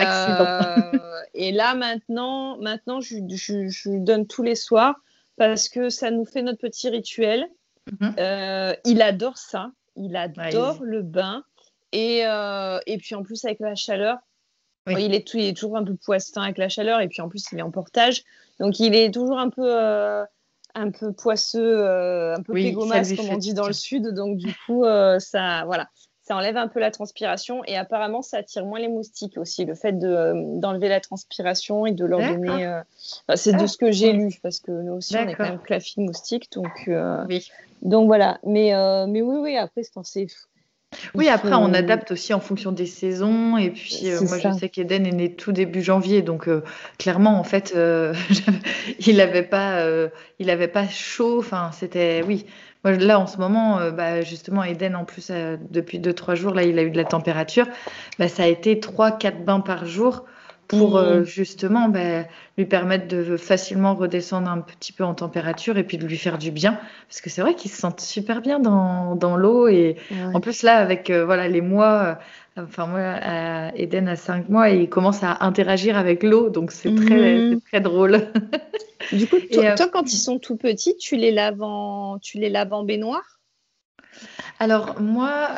et là, maintenant je lui donne tous les soirs parce que ça nous fait notre petit rituel. Il adore ça. Il adore le bain. Et puis, en plus, avec la chaleur, il est toujours un peu poisson avec la chaleur. Et puis, en plus, il est en portage. Donc, il est toujours un peu poisseux, un peu pégomasse, comme on dit dans le sud. Donc, du coup, ça enlève un peu la transpiration. Et apparemment, ça attire moins les moustiques aussi. Le fait d'enlever la transpiration et de leur donner... c'est de ce que j'ai lu. Parce que nous aussi, on est quand même clafis moustiques. Donc, voilà. Mais oui, après, c'est... Oui, après, on adapte aussi en fonction des saisons. Et puis, moi, je sais qu'Eden est né tout début janvier. Donc, clairement, en fait, il n'avait pas chaud. Enfin, c'était... Oui. Moi, là, en ce moment, justement, Eden, en plus, depuis 2-3 jours, là, il a eu de la température. Ça a été 3-4 bains par jour pour justement lui permettre de facilement redescendre un petit peu en température et puis de lui faire du bien. Parce que c'est vrai qu'il se sent super bien dans l'eau. Et en plus, là, avec les mois, moi, Eden a 5 mois et il commence à interagir avec l'eau. Donc, c'est très drôle. Du coup, toi, quand ils sont tout petits, tu les laves en baignoire? Alors, moi...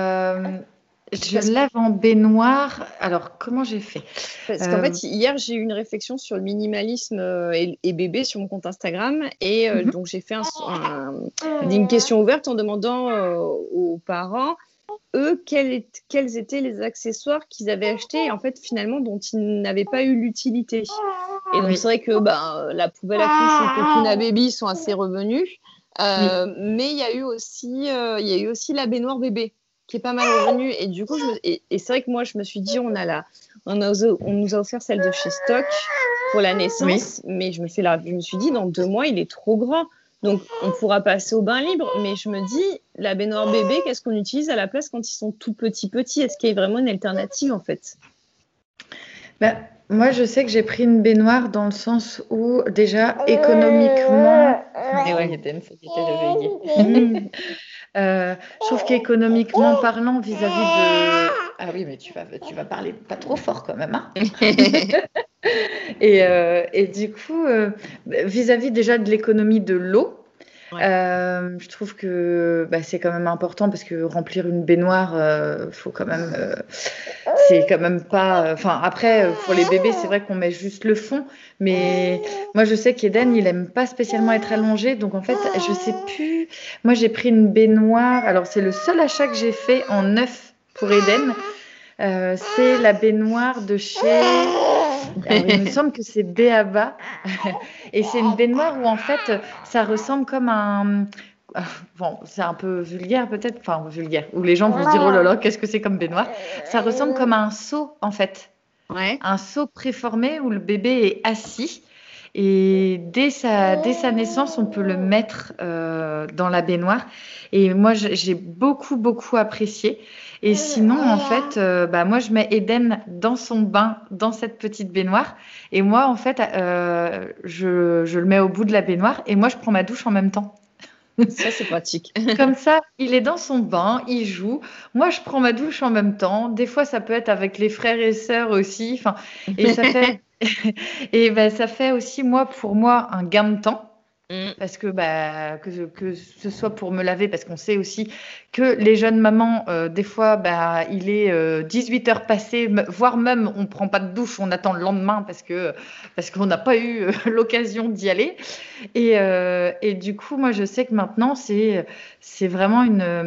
je lave en baignoire. Alors, comment j'ai fait? Parce qu'en fait, hier, j'ai eu une réflexion sur le minimalisme et bébé sur mon compte Instagram. Et donc, j'ai fait une question ouverte en demandant aux parents, eux, quels étaient les accessoires qu'ils avaient achetés et en fait, finalement, dont ils n'avaient pas eu l'utilité. Et donc, c'est vrai que la poubelle à couche ou le Pépina Baby sont assez revenus. Mais il y a eu aussi la baignoire bébé qui est pas mal revenue. Et du coup, et c'est vrai que moi, je me suis dit, on nous a offert celle de chez Stock pour la naissance. Mais je me suis dit, dans 2 mois, il est trop grand. Donc, on pourra passer au bain libre. Mais je me dis, la baignoire bébé, qu'est-ce qu'on utilise à la place quand ils sont tout petits? Est-ce qu'il y a vraiment une alternative, en fait? Moi, je sais que j'ai pris une baignoire dans le sens où, déjà, économiquement... Et ouais, Eden, ça y était réveillé. Je trouve qu'économiquement parlant, vis-à-vis de... Ah oui, mais tu vas parler pas trop fort quand même, hein. Et du coup, vis-à-vis déjà de l'économie de l'eau, je trouve que c'est quand même important parce que remplir une baignoire, faut quand même... c'est quand même pas... Enfin, après, pour les bébés, c'est vrai qu'on met juste le fond. Mais moi, je sais qu'Eden, il aime pas spécialement être allongé. Donc, en fait, je sais plus... Moi, j'ai pris une baignoire. Alors, c'est le seul achat que j'ai fait en neuf pour Eden. C'est la baignoire de chez... Alors, il me semble que c'est Béaba. Et c'est une baignoire où, en fait, ça ressemble comme un... Bon, c'est un peu vulgaire peut-être, enfin vulgaire, où les gens vont se dire oh là là, qu'est-ce que c'est comme baignoire? Ça ressemble comme un seau en fait, un seau préformé où le bébé est assis et dès sa naissance, on peut le mettre dans la baignoire. Et moi, j'ai beaucoup apprécié. Et sinon, en fait, moi, je mets Eden dans son bain, dans cette petite baignoire. Et moi, en fait, je le mets au bout de la baignoire et moi, je prends ma douche en même temps. Ça, c'est pratique. Comme ça, il est dans son bain, il joue. Moi, je prends ma douche en même temps. Des fois, ça peut être avec les frères et sœurs aussi. Et ça fait, ça fait aussi, pour moi, un gain de temps. Parce que, que ce soit pour me laver, parce qu'on sait aussi que les jeunes mamans, des fois, il est 18 heures passées, voire même on ne prend pas de douche, on attend le lendemain parce qu'on n'a pas eu l'occasion d'y aller. Et du coup, moi, je sais que maintenant, c'est vraiment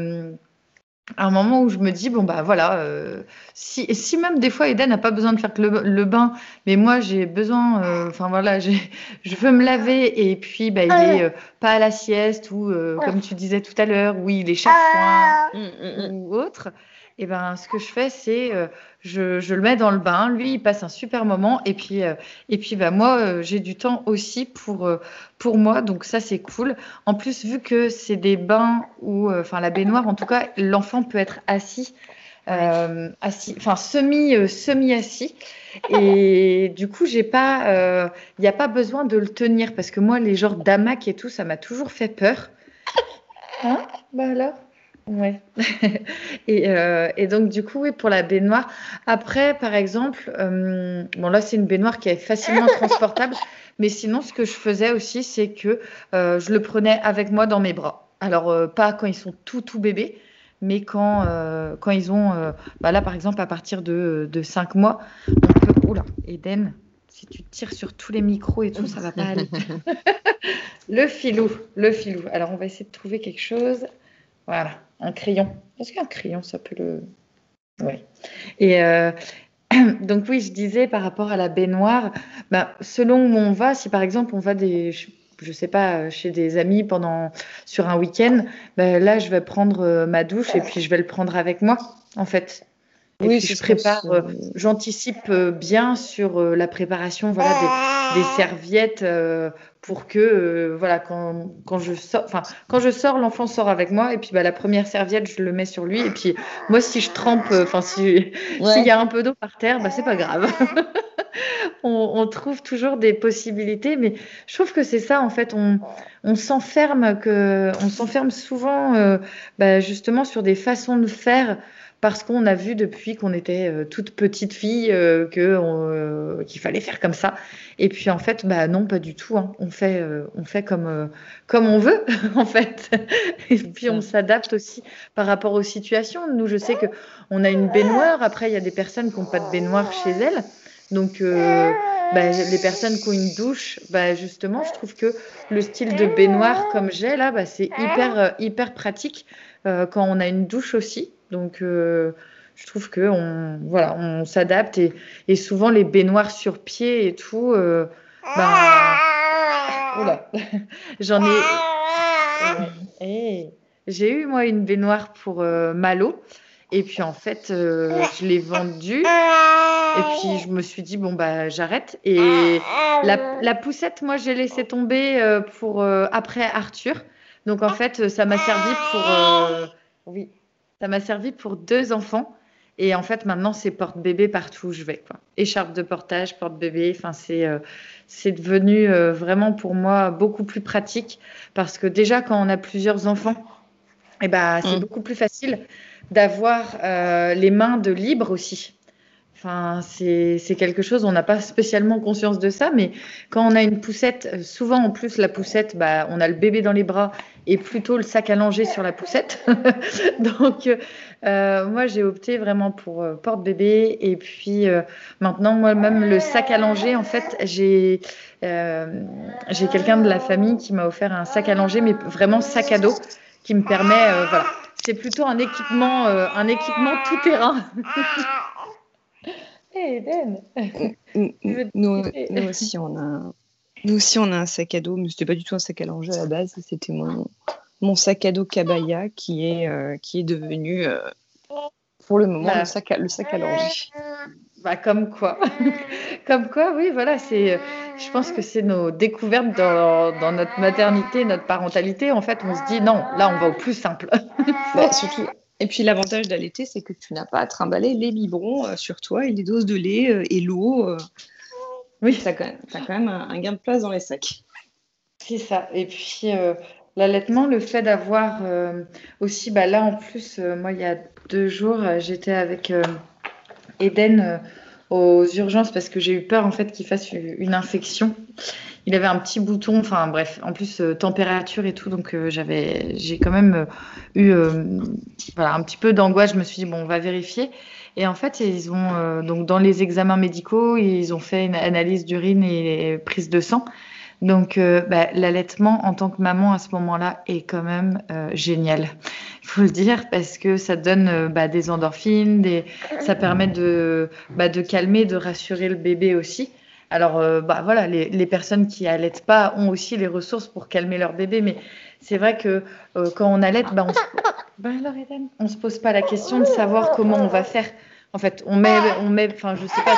un moment où je me dis, bon, voilà, si même des fois Eden n'a pas besoin de faire que le bain, mais moi j'ai besoin, enfin voilà, je veux me laver et puis il est pas à la sieste ou comme tu disais tout à l'heure, oui, il est chafouin ou autre. Et ben ce que je fais, c'est je le mets dans le bain, lui il passe un super moment et puis moi j'ai du temps aussi pour moi, donc ça c'est cool. En plus, vu que c'est des bains où, enfin la baignoire en tout cas, l'enfant peut être assis, assis, enfin semi-assis. Et du coup, il n'y a pas besoin de le tenir parce que moi, les genres d'hamac et tout, ça m'a toujours fait peur. Hein? Bah alors? Ouais. Et donc, du coup, oui, pour la baignoire. Après, par exemple, bon, là, c'est une baignoire qui est facilement transportable. Mais sinon, ce que je faisais aussi, c'est que je le prenais avec moi dans mes bras. Alors, pas quand ils sont tout bébés, mais quand ils ont, là, par exemple, à partir de 5 mois, on peut. Oula, Eden, si tu tires sur tous les micros et tout, ça va pas aller. Le filou, le filou. Alors, on va essayer de trouver quelque chose. Voilà, un crayon. Est-ce qu'un crayon, ça peut le... Oui. Et donc oui, je disais par rapport à la baignoire, selon où on va, si par exemple on va je sais pas, chez des amis sur un week-end, là je vais prendre ma douche et puis je vais le prendre avec moi, en fait. Et Oui, puis je prépare, j'anticipe bien sur la préparation, voilà, des serviettes pour que, voilà, quand je sors, enfin, quand je sors, l'enfant sort avec moi et puis la première serviette, je le mets sur lui et puis moi, si je trempe, enfin, s'il y a un peu d'eau par terre, c'est pas grave. On trouve toujours des possibilités, mais je trouve que c'est ça, en fait, on s'enferme souvent, justement sur des façons de faire parce qu'on a vu depuis qu'on était toute petite fille qu'il fallait faire comme ça. Et puis en fait, non, pas du tout, hein. On fait comme on veut, en fait. Et puis on s'adapte aussi par rapport aux situations. Nous, je sais que on a une baignoire. Après, il y a des personnes qui n'ont pas de baignoire chez elles. Donc, les personnes qui ont une douche, justement, je trouve que le style de baignoire comme j'ai là, c'est hyper pratique quand on a une douche aussi. Donc, je trouve que on s'adapte et souvent les baignoires sur pied et tout, oula, j'en ai. J'ai eu moi une baignoire pour Malo et puis en fait je l'ai vendue et puis je me suis dit bon j'arrête et la poussette moi j'ai laissé tomber pour après Arthur, donc en fait ça m'a servi pour oui, ça m'a servi pour 2 enfants et en fait maintenant c'est porte-bébé partout où je vais, quoi. Écharpe de portage, porte-bébé, enfin c'est devenu vraiment pour moi beaucoup plus pratique parce que déjà quand on a plusieurs enfants, c'est beaucoup plus facile d'avoir les mains de libre aussi. Enfin, c'est quelque chose, on n'a pas spécialement conscience de ça, mais quand on a une poussette, souvent en plus la poussette, on a le bébé dans les bras et plutôt le sac à langer sur la poussette. Donc, moi j'ai opté vraiment pour porte-bébé et puis maintenant moi-même le sac à langer, en fait, j'ai quelqu'un de la famille qui m'a offert un sac à langer, mais vraiment sac à dos, qui me permet, voilà, c'est plutôt un équipement tout terrain. Hey Eden. Nous aussi, on a un sac à dos, mais c'était pas du tout un sac à langer à la base. C'était mon sac à dos Cabaya qui est devenu, pour le moment, le sac à langer. Comme quoi. Comme quoi, oui, voilà, je pense que c'est nos découvertes dans notre maternité, notre parentalité. En fait, on se dit non, là, on va au plus simple. Surtout. Et puis l'avantage d'allaiter, c'est que tu n'as pas à trimballer les biberons sur toi et les doses de lait et l'eau. Oui, tu as quand même un gain de place dans les sacs. C'est ça. Et puis l'allaitement, le fait d'avoir aussi, là en plus, moi il y a 2 jours, j'étais avec Eden aux urgences parce que j'ai eu peur en fait qu'il fasse une infection. Il avait un petit bouton, enfin bref, en plus température et tout, donc j'ai quand même eu voilà, un petit peu d'angoisse. Je me suis dit bon, on va vérifier. Et en fait, ils ont donc dans les examens médicaux, ils ont fait une analyse d'urine et prise de sang. Donc l'allaitement en tant que maman à ce moment-là est quand même génial. Il faut le dire parce que ça donne des endorphines, ça permet de calmer, de rassurer le bébé aussi. Alors, voilà, les personnes qui allaitent pas ont aussi les ressources pour calmer leur bébé, mais c'est vrai que quand on allaite, alors, Eden, on se pose pas la question de savoir comment on va faire. En fait, enfin, je sais pas.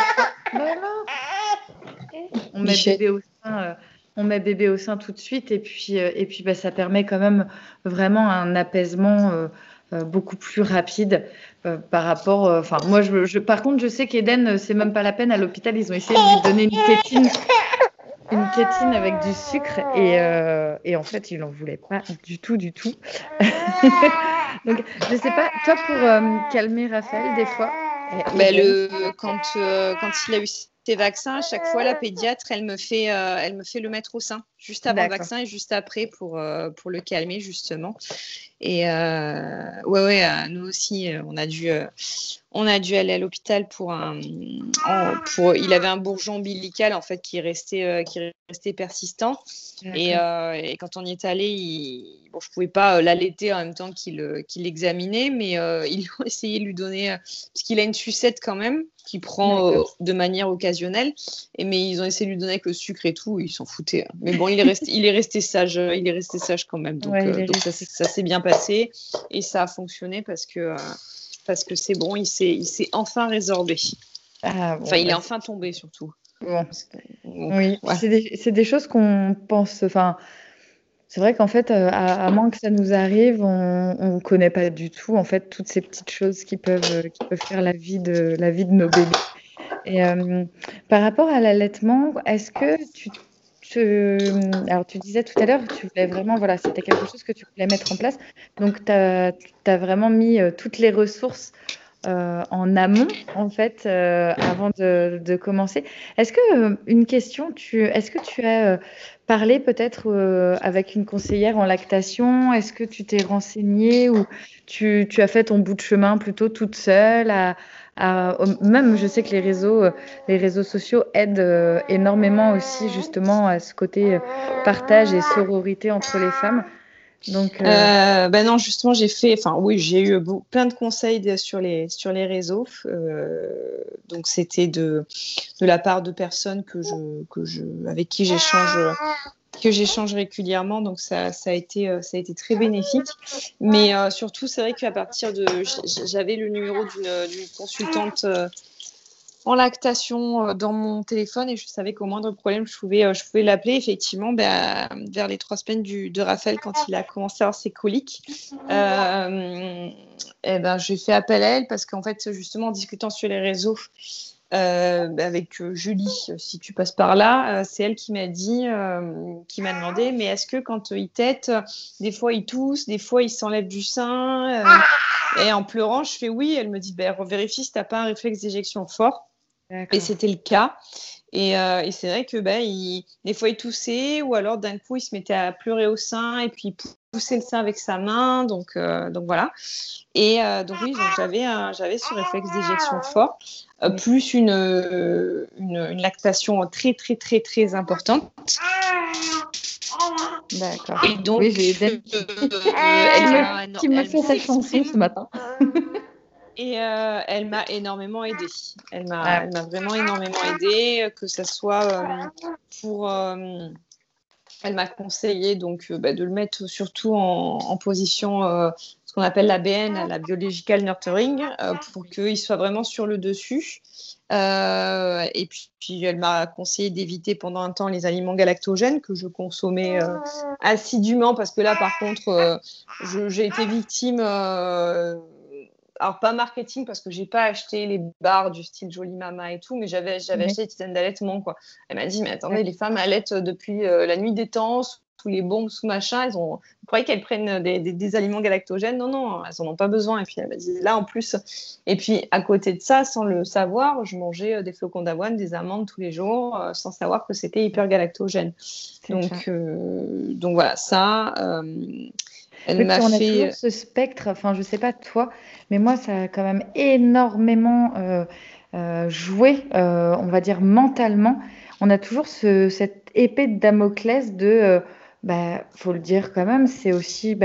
On met Michel. bébé au sein, on met bébé au sein tout de suite, et puis ça permet quand même vraiment un apaisement beaucoup plus rapide par rapport. Enfin, moi, par contre, je sais qu'Eden, c'est même pas la peine à l'hôpital. Ils ont essayé de lui donner une tétine avec du sucre, et en fait, il en voulait pas du tout, du tout. Donc, je sais pas. Toi, pour calmer Raphaël, des fois. Quand il a eu ses vaccins, à chaque fois, la pédiatre, elle me fait le mettre au sein, juste avant le D'accord. vaccin et juste après pour le calmer, justement. Et nous aussi, on a dû aller à l'hôpital il avait un bourgeon ombilical en fait qui restait persistant. Et quand on y est allé, je pouvais pas l'allaiter en même temps qu'il l'examinait, mais ils ont essayé de lui donner, parce qu'il a une sucette quand même qui prend de manière occasionnelle, mais ils ont essayé de lui donner avec le sucre et tout, ils s'en foutaient. Mais bon, il est resté sage quand même, donc ça s'est bien passé et ça a fonctionné parce que c'est bon, il s'est enfin résorbé. Enfin, il est enfin tombé surtout. Bon. Oui, ouais. C'est des choses qu'on pense. Enfin, c'est vrai qu'en fait, à moins que ça nous arrive, on connaît pas du tout en fait toutes ces petites choses qui peuvent faire la vie de nos bébés. Et par rapport à l'allaitement, est-ce que alors tu disais tout à l'heure, tu voulais vraiment, voilà, c'était quelque chose que tu voulais mettre en place. Donc tu as vraiment mis toutes les ressources en amont, en fait, avant de commencer. Est-ce que, une question, est-ce que tu as parlé peut-être avec une conseillère en lactation? Est-ce que tu t'es renseignée ou tu as fait ton bout de chemin plutôt toute seule même, je sais que les réseaux sociaux aident énormément aussi justement à ce côté partage et sororité entre les femmes. Donc, non, justement, j'ai eu plein de conseils sur les réseaux. Donc, c'était de la part de personnes avec qui j'échange régulièrement. Donc, ça a été très bénéfique. Mais surtout, c'est vrai qu'à partir j'avais le numéro d'une consultante en lactation dans mon téléphone et je savais qu'au moindre problème, je pouvais l'appeler. Effectivement, vers les 3 semaines de Raphaël, quand il a commencé à avoir ses coliques, j'ai fait appel à elle parce qu'en fait, justement, en discutant sur les réseaux avec Julie, si tu passes par là, c'est elle qui m'a demandé, mais est-ce que quand il tète, des fois il tousse, des fois il s'enlève du sein et en pleurant, je fais oui. Elle me dit, vérifie si tu n'as pas un réflexe d'éjection fort. Et c'était le cas. Et c'est vrai que des fois il toussait ou alors d'un coup il se mettait à pleurer au sein et puis il poussait le sein avec sa main. Donc voilà. Et donc oui, j'avais ce réflexe d'éjection fort, plus une lactation très très très très importante. D'accord. Et donc, oui, j'ai Eden qui m'a fait sa chanson ce matin. Et elle m'a énormément aidée. Elle m'a vraiment énormément aidée, que ça soit elle m'a conseillé donc de le mettre surtout en position ce qu'on appelle la BN, la biological nurturing, pour qu'il soit vraiment sur le dessus. Et puis elle m'a conseillé d'éviter pendant un temps les aliments galactogènes que je consommais assidûment parce que là par contre j'ai été victime alors pas marketing parce que j'ai pas acheté les barres du style Jolie Mama et tout, mais j'avais acheté des tisanes d'allaitement quoi. Elle m'a dit mais attendez, les femmes allaitent depuis la nuit des temps tous les bombes, sous machin. Vous croyez qu'elles prennent des aliments galactogènes? Non, elles n'en ont pas besoin. Et puis elle m'a dit là en plus. Et puis à côté de ça, sans le savoir, je mangeais des flocons d'avoine, des amandes tous les jours, sans savoir que c'était hyper galactogène. Donc voilà, ça. Elle m'a on a fait. toujours ce spectre, enfin je sais pas toi, mais moi ça a quand même énormément joué, on va dire mentalement. On a toujours cette épée de Damoclès de, faut le dire quand même, c'est aussi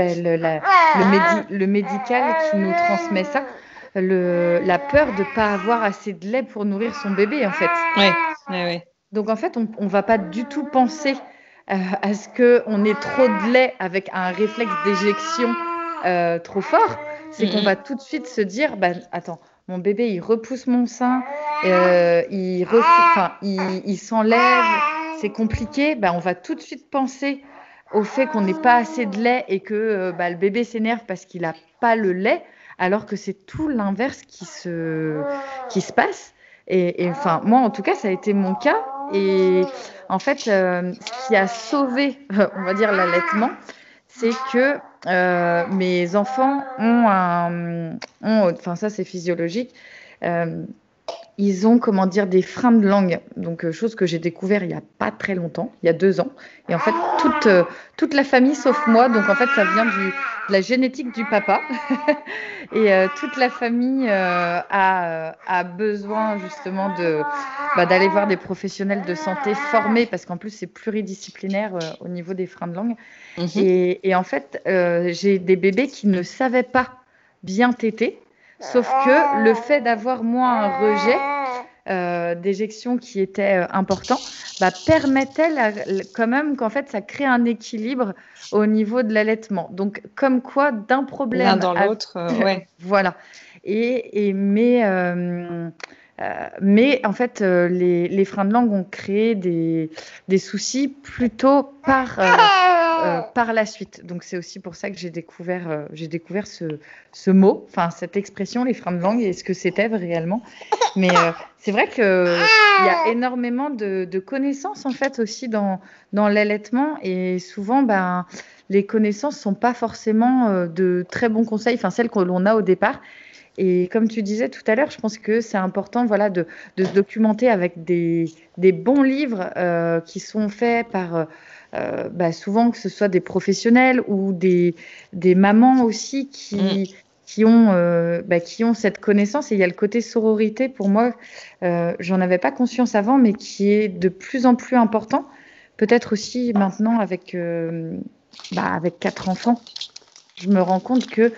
le médical qui nous transmet ça, la peur de ne pas avoir assez de lait pour nourrir son bébé en fait. Ouais. Donc en fait, on va pas du tout penser à ce qu'on ait trop de lait avec un réflexe d'éjection trop fort. C'est qu'on va tout de suite se dire, attends, mon bébé, il repousse mon sein, il s'enlève, c'est compliqué. On va tout de suite penser au fait qu'on n'ait pas assez de lait et que le bébé s'énerve parce qu'il n'a pas le lait, alors que c'est tout l'inverse qui se passe. Et enfin, moi, en tout cas, ça a été mon cas. Et en fait, ce qui a sauvé, on va dire, l'allaitement, c'est que mes enfants enfin ça c'est physiologique, ils ont, comment dire, des freins de langue. Donc, chose que j'ai découvert il n'y a pas très longtemps, il y a 2 ans. Et en fait, toute la famille, sauf moi, donc en fait, ça vient de la génétique du papa. Et toute la famille a besoin justement d'aller voir des professionnels de santé formés, parce qu'en plus, c'est pluridisciplinaire au niveau des freins de langue. Et en fait, j'ai des bébés qui ne savaient pas bien téter. Sauf que le fait d'avoir moi un rejet d'éjection qui était important, permettait quand même qu'en fait ça crée un équilibre au niveau de l'allaitement. Donc comme quoi d'un problème l'un dans l'autre, ouais. Voilà. Mais en fait, les freins de langue ont créé des soucis plutôt par la suite. Donc, c'est aussi pour ça que j'ai découvert ce mot, enfin, cette expression, les freins de langue, et ce que c'était réellement. Mais c'est vrai qu'il y a énormément de connaissances, en fait, aussi dans l'allaitement. Et souvent, les connaissances ne sont pas forcément de très bons conseils, enfin, celles que l'on a au départ. Et comme tu disais tout à l'heure, je pense que c'est important de se documenter avec des bons livres qui sont faits par souvent que ce soit des professionnels ou des mamans aussi qui ont cette connaissance. Et il y a le côté sororité, pour moi, j'en avais pas conscience avant, mais qui est de plus en plus important. Peut-être aussi maintenant avec 4 enfants, je me rends compte que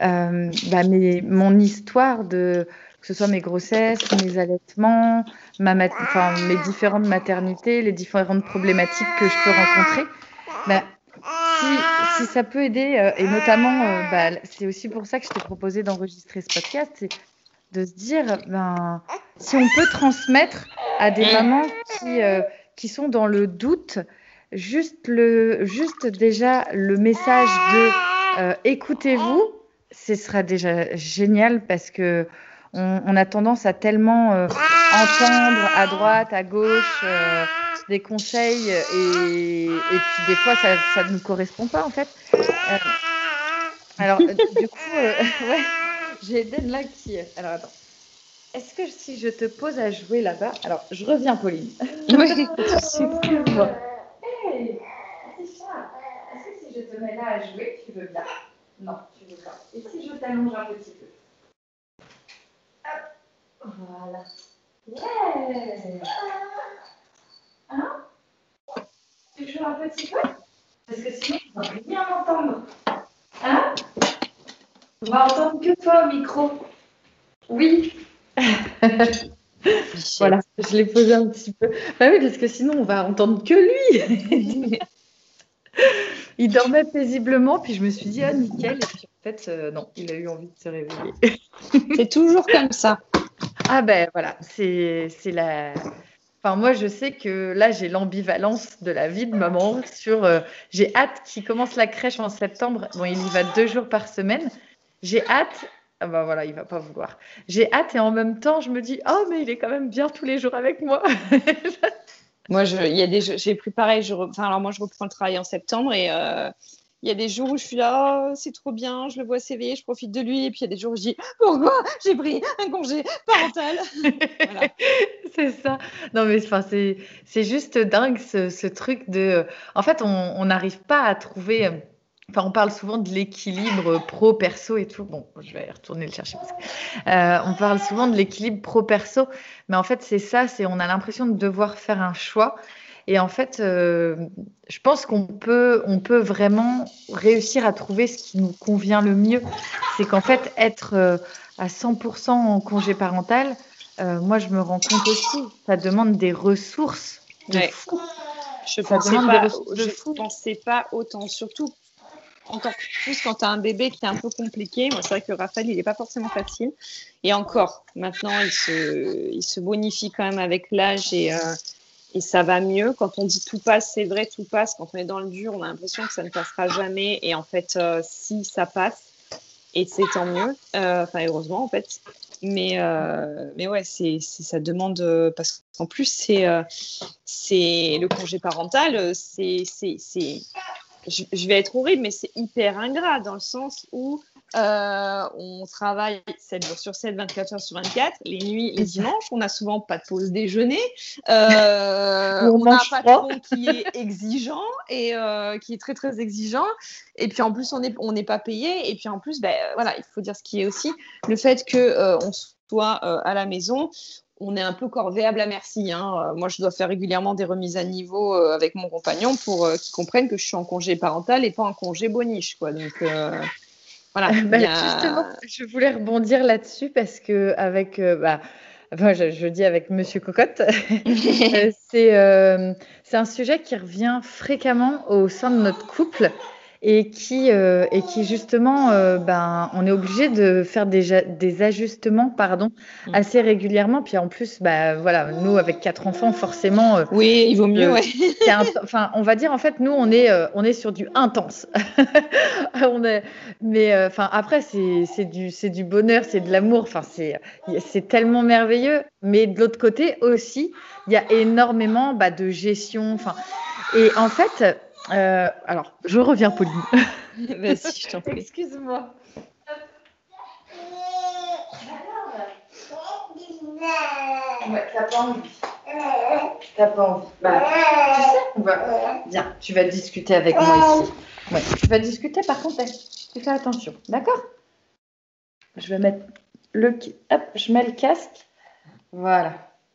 mon histoire que ce soit mes grossesses, mes allaitements, mes différentes maternités, les différentes problématiques que je peux rencontrer, si ça peut aider, et notamment, c'est aussi pour ça que je t'ai proposé d'enregistrer ce podcast, c'est de se dire, si on peut transmettre à des mamans qui sont dans le doute, juste déjà le message de écoutez-vous, ce sera déjà génial, parce que on a tendance à tellement entendre à droite, à gauche des conseils, et puis des fois ça ne nous correspond pas en fait. Alors du coup, ouais, j'ai Eden là qui... Alors attends. Est-ce que si je te pose à jouer là-bas... Alors, je reviens, Pauline. Oui, excuse-moi. Hey, est-ce que si je te mets là à jouer, tu veux bien? Non, tu veux pas. Et si je t'allonge un petit peu? Hop, voilà. Yeah. Hein? Tu joues un petit peu? Parce que sinon, on va rien entendre. Hein? On va entendre que toi au micro. Oui. Voilà, je l'ai posé un petit peu. Oui, parce que sinon, on va entendre que lui. Il dormait paisiblement, puis je me suis dit, ah, nickel. Et puis en fait, non, il a eu envie de se réveiller. C'est toujours comme ça. Ah voilà, c'est la... Enfin, moi, je sais que là, j'ai l'ambivalence de la vie de maman sur... j'ai hâte qu'il commence la crèche en septembre. Bon, il y va 2 jours par semaine. J'ai hâte... Ah voilà, il va pas vouloir. J'ai hâte, et en même temps, je me dis, oh, mais il est quand même bien tous les jours avec moi. Moi, j'ai pris pareil. Alors moi, je reprends le travail en septembre et il y a des jours où je suis là, oh, c'est trop bien, je le vois s'éveiller, je profite de lui. Et puis il y a des jours où je dis, pourquoi j'ai pris un congé parental? Voilà. C'est ça. Non, mais enfin, c'est juste dingue ce truc de. En fait, on n'arrive pas à trouver. Enfin, on parle souvent de l'équilibre pro-perso et tout. Bon, je vais retourner le chercher. On parle souvent de l'équilibre pro-perso, mais en fait, c'est ça. On a l'impression de devoir faire un choix. Et en fait, je pense on peut vraiment réussir à trouver ce qui nous convient le mieux. C'est qu'en fait, être à 100% en congé parental, moi, je me rends compte aussi, ça demande des ressources de Ouais. fou. Je pensais pas autant, surtout encore plus quand tu as un bébé qui est un peu compliqué. Moi, c'est vrai que Raphaël, il n'est pas forcément facile. Et encore, maintenant, il se bonifie quand même avec l'âge et ça va mieux. Quand on dit tout passe, c'est vrai, tout passe. Quand on est dans le dur, on a l'impression que ça ne passera jamais. Et en fait, si ça passe, et c'est tant mieux. Enfin, heureusement, en fait. Mais ouais, ça demande, parce qu'en plus, c'est le congé parental, je vais être horrible, mais c'est hyper ingrat dans le sens où on travaille 7 jours sur 7, 24 heures sur 24, les nuits, les dimanches, on n'a souvent pas de pause déjeuner, on a un patron qui est exigeant et qui est très très exigeant, et puis en plus on n'est pas payé, et puis en plus voilà, il faut dire ce qui est aussi le fait que on soit à la maison. On est un peu corvéable à merci. Hein. Moi, je dois faire régulièrement des remises à niveau avec mon compagnon pour qu'ils comprennent que je suis en congé parental et pas en congé boniche, quoi. Donc, voilà. Justement, je voulais rebondir là-dessus parce que enfin, je dis avec Monsieur Cocotte, c'est un sujet qui revient fréquemment au sein de notre couple et qui justement, on est obligé de faire des ajustements, pardon, assez régulièrement. Puis en plus, voilà, nous avec 4 enfants, forcément. Oui, il vaut mieux, ouais. Enfin, on va dire en fait, nous on est sur du intense. Mais enfin après c'est du bonheur, c'est de l'amour. Enfin c'est tellement merveilleux. Mais de l'autre côté aussi, il y a énormément de gestion. Enfin et en fait. Alors, je reviens, Pauline. Vas-y, je t'en prie. Excuse-moi. Ouais, t'as pas envie. T'as pas envie. Tu sais, Viens, tu vas discuter avec moi ici. Ouais, tu vas discuter, par contre, tu fais attention, d'accord? Je vais mettre Hop, je mets le casque. Voilà.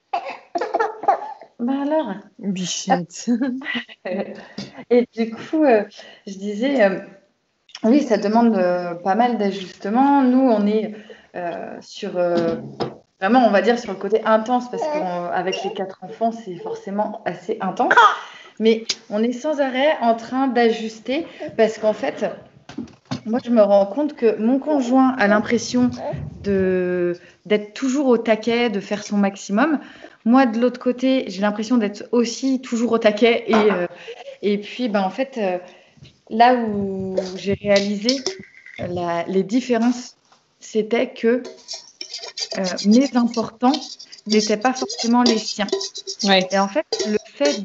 Alors, bichette. Et du coup, je disais, oui, ça demande pas mal d'ajustements. Nous, on est sur vraiment, on va dire, sur le côté intense parce qu'avec les 4 enfants, c'est forcément assez intense. Mais on est sans arrêt en train d'ajuster parce qu'en fait, moi, je me rends compte que mon conjoint a l'impression d'être toujours au taquet, de faire son maximum. Moi, de l'autre côté, j'ai l'impression d'être aussi toujours au taquet. Et puis, en fait, là où j'ai réalisé les différences, c'était que mes importants n'étaient pas forcément les siens. Ouais. Et en fait, le fait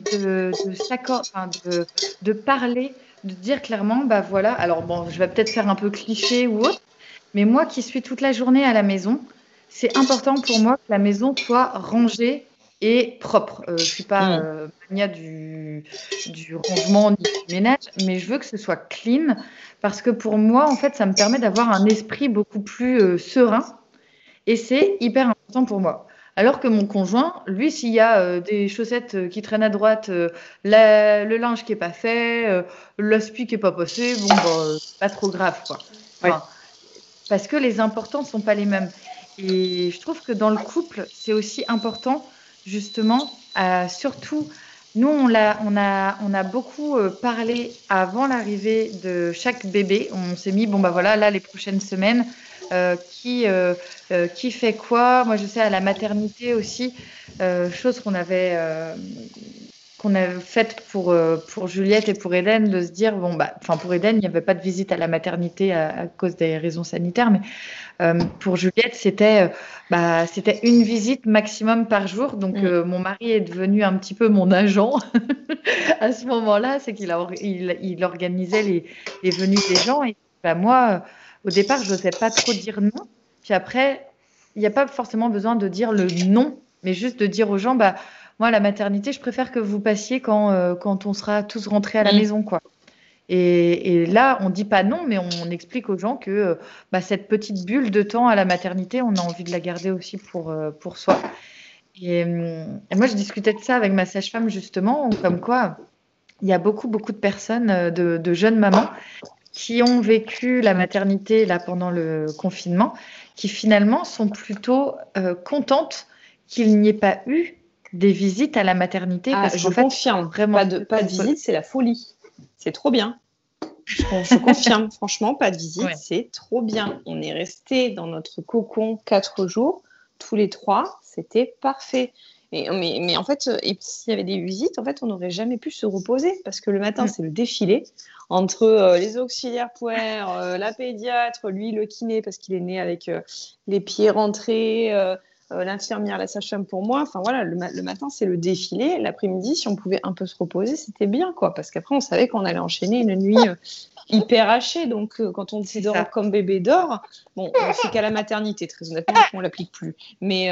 de parler, de dire clairement, voilà, alors bon, je vais peut-être faire un peu cliché ou autre, mais moi qui suis toute la journée à la maison, c'est important pour moi que la maison soit rangée et propre. Je suis pas mania du rangement ni du ménage, mais je veux que ce soit clean parce que pour moi, en fait, ça me permet d'avoir un esprit beaucoup plus serein et c'est hyper important pour moi. Alors que mon conjoint, lui, s'il y a des chaussettes qui traînent à droite, le linge qui n'est pas fait, l'aspi qui n'est pas passé, c'est pas trop grave, quoi. Enfin, parce que les importants ne sont pas les mêmes. Et je trouve que dans le couple, c'est aussi important, justement, surtout, nous, on a beaucoup parlé avant l'arrivée de chaque bébé. On s'est mis, voilà, là, les prochaines semaines, qui fait quoi. Moi, je sais, à la maternité aussi, chose qu'on avait qu'on a faite pour Juliette et pour Eden, de se dire, bon, bah, enfin, pour Eden, il n'y avait pas de visite à la maternité à cause des raisons sanitaires, mais pour Juliette, c'était une visite maximum par jour. Donc, mon mari est devenu un petit peu mon agent à ce moment-là. C'est il organisait les venues des gens. Et bah, moi, au départ, je n'osais pas trop dire non. Puis après, il n'y a pas forcément besoin de dire le non, mais juste de dire aux gens, bah, moi, la maternité, je préfère que vous passiez quand on sera tous rentrés à la maison, quoi. Et là, on dit pas non, mais on explique aux gens que cette petite bulle de temps à la maternité, on a envie de la garder aussi pour soi. Et moi, je discutais de ça avec ma sage-femme, justement, comme quoi il y a beaucoup, beaucoup de personnes, de jeunes mamans, qui ont vécu la maternité là, pendant le confinement, qui finalement sont plutôt contentes qu'il n'y ait pas eu des visites à la maternité. Ah, parce je qu'en fait, confirme, vraiment, pas de visite, c'est la folie. C'est trop bien. Je confirme, franchement, pas de visite, Ouais. c'est trop bien. On est restés dans notre cocon 4 jours, tous les 3, c'était parfait. Mais en fait, et s'il y avait des visites, en fait, on n'aurait jamais pu se reposer parce que le matin, c'est le défilé entre les auxiliaires puères, la pédiatre, lui, le kiné, parce qu'il est né avec les pieds rentrés, l'infirmière, la sage-femme pour moi. Enfin voilà, le matin, c'est le défilé. L'après-midi, si on pouvait un peu se reposer, c'était bien, quoi. Parce qu'après, on savait qu'on allait enchaîner une nuit hyper hachée. Donc, quand on dit dort comme bébé dort, bon, on le fait qu'à la maternité, très honnêtement, on ne l'applique plus. Mais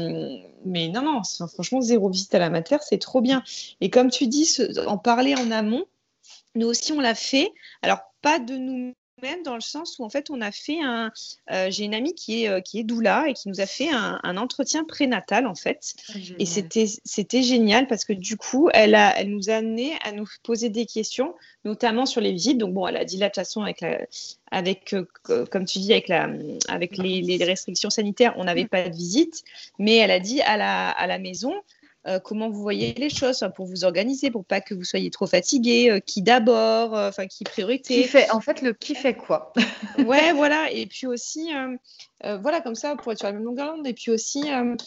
non, franchement, 0 visite à la mater, c'est trop bien. Et comme tu dis, en parler en amont, nous aussi, on l'a fait. Alors, pas de nous-mêmes, dans le sens où, en fait, on a fait j'ai une amie qui est doula et qui nous a fait un entretien prénatal, en fait. Et c'était génial parce que, du coup, elle nous a amené à nous poser des questions, notamment sur les visites. Donc, bon, elle a dit là, de toute façon, comme tu dis, avec les restrictions sanitaires, on n'avait pas de visite. Mais elle a dit à la maison, comment vous voyez les choses pour vous organiser, pour pas que vous soyez trop fatigué, qui d'abord, qui priorité. En fait, le qui fait quoi. Ouais, voilà. Et puis aussi, voilà, comme ça, pour être sur la même longueur d'onde. Et puis aussi,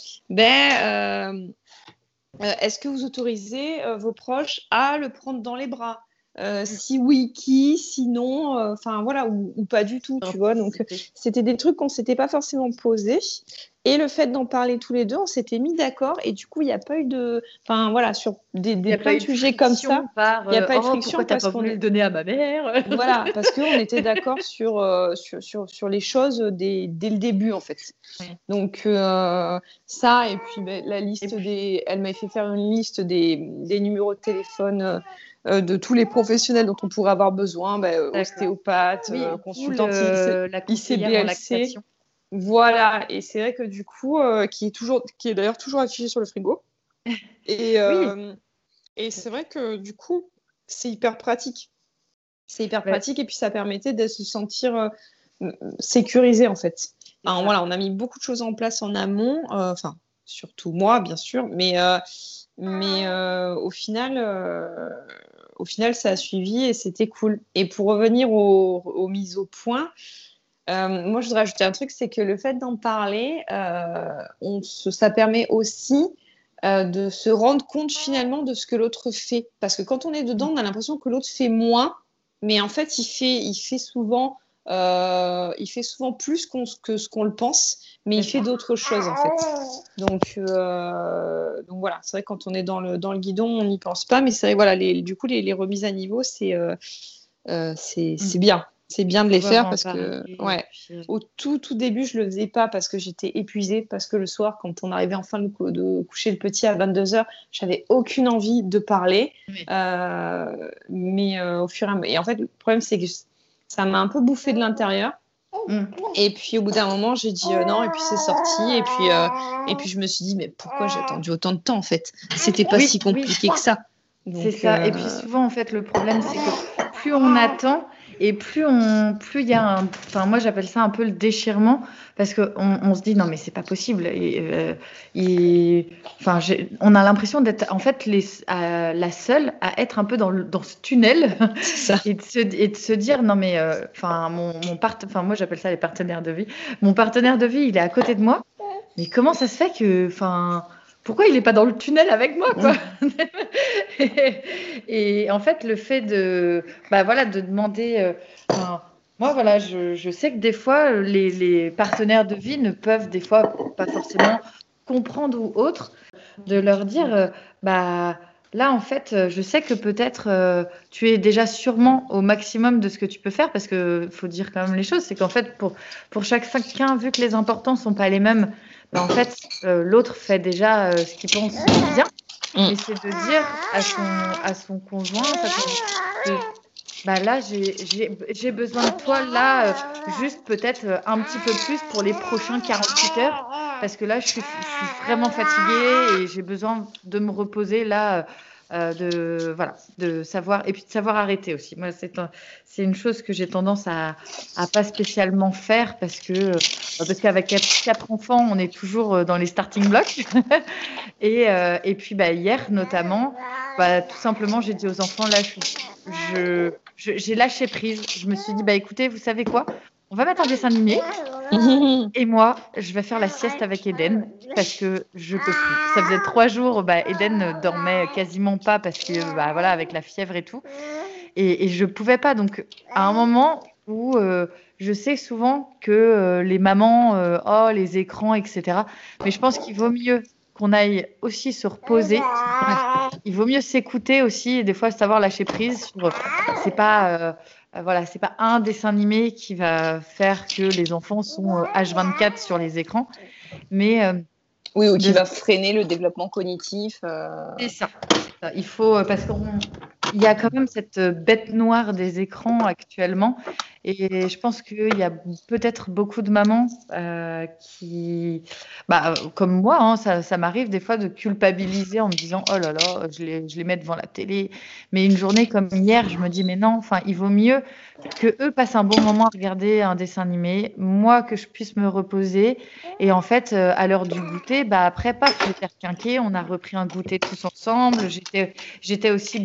est-ce que vous autorisez vos proches à le prendre dans les bras? Si oui, qui? Sinon, enfin voilà, ou pas du tout, tu vois. Donc, c'était des trucs qu'on s'était pas forcément posés. Et le fait d'en parler tous les deux, on s'était mis d'accord. Et du coup, il n'y a pas eu de... Enfin, voilà, sur plein de sujets comme ça, il n'y a pas eu de friction. Pourquoi tu n'as pas voulu le donner à ma mère? Voilà, parce qu'on était d'accord sur les choses dès le début, en fait. Ouais. Donc, ça, et puis la liste elle m'avait fait faire une liste des numéros de téléphone de tous les professionnels dont on pourrait avoir besoin, ostéopathe, consultante ICBLC. Voilà, et c'est vrai que du coup, qui est d'ailleurs toujours affiché sur le frigo. Et c'est vrai que du coup, c'est hyper pratique. C'est hyper pratique et puis ça permettait de se sentir sécurisé en fait. Enfin, voilà, on a mis beaucoup de choses en place en amont, enfin surtout moi bien sûr, mais au final, ça a suivi et c'était cool. Et pour revenir aux mises au point, moi je voudrais ajouter un truc, c'est que le fait d'en parler, ça permet aussi de se rendre compte finalement de ce que l'autre fait. Parce que quand on est dedans, on a l'impression que l'autre fait moins, mais en fait, il fait souvent plus que ce qu'on le pense, mais il fait d'autres choses en fait. Donc voilà, c'est vrai que quand on est dans le guidon, on n'y pense pas, mais c'est vrai, voilà, du coup, les remises à niveau, c'est bien. C'est bien de les faire parce que, au tout début, je le faisais pas parce que j'étais épuisée, parce que le soir, quand on arrivait enfin de coucher le petit à 22h, j'avais aucune envie de parler. Oui. Mais au fur et à mesure. Et en fait, le problème, c'est que ça m'a un peu bouffé de l'intérieur. Et puis au bout d'un moment, j'ai dit non, et puis c'est sorti. Et puis je me suis dit, mais pourquoi j'ai attendu autant de temps en fait? C'était pas si compliqué que ça. C'est ça. Et puis souvent, en fait, le problème, c'est que plus on attend et plus il y a enfin, moi, j'appelle ça un peu le déchirement parce qu'on se dit, non, mais c'est pas possible. On a l'impression d'être, en fait, la seule à être un peu dans ce tunnel et de se dire, non, mais, moi, j'appelle ça les partenaires de vie. Mon partenaire de vie, il est à côté de moi. Mais comment ça se fait que, pourquoi il n'est pas dans le tunnel avec moi, quoi. Et en fait, le fait de demander. Moi, voilà, je sais que des fois, les partenaires de vie ne peuvent des fois pas forcément comprendre ou autre, de leur dire, là, en fait, je sais que peut-être tu es déjà sûrement au maximum de ce que tu peux faire, parce que faut dire quand même les choses, c'est qu'en fait, pour chacun, vu que les importants sont pas les mêmes, en fait, l'autre fait déjà ce qu'il pense bien, mais c'est de dire à son conjoint, là, j'ai besoin de toi, là, juste peut-être un petit peu plus pour les prochains 48 heures, parce que là, je suis vraiment fatiguée et j'ai besoin de me reposer, là, de savoir, et puis de savoir arrêter aussi. Moi, c'est une chose que j'ai tendance à pas spécialement faire, parce qu'avec 4 enfants, on est toujours dans les starting blocks. Et puis, hier, notamment, tout simplement, j'ai dit aux enfants, là, j'ai lâché prise. Je me suis dit, écoutez, vous savez quoi? On va mettre un dessin animé. Et moi, je vais faire la sieste avec Eden, parce que je peux plus. Ça faisait 3 jours, Eden ne dormait quasiment pas, parce que, voilà, avec la fièvre et tout. Et je pouvais pas. Donc, à un moment où je sais souvent que les mamans, les écrans, etc. Mais je pense qu'il vaut mieux qu'on aille aussi se reposer. Il vaut mieux s'écouter aussi, et des fois savoir lâcher prise sur. C'est pas. Voilà, c'est pas un dessin animé qui va faire que les enfants sont H24 sur les écrans, mais oui, ou qui va freiner le développement cognitif. C'est ça. Il faut, parce qu'il y a quand même cette bête noire des écrans actuellement, et je pense qu'il y a peut-être beaucoup de mamans qui, comme moi, hein, ça m'arrive des fois de culpabiliser en me disant, oh là là, je les mets devant la télé. Mais une journée comme hier, je me dis, mais non, il vaut mieux que eux passent un bon moment à regarder un dessin animé, moi que je puisse me reposer. Et en fait, à l'heure du goûter, après, paf, j'ai fait quinquer, on a repris un goûter tous ensemble. J'étais aussi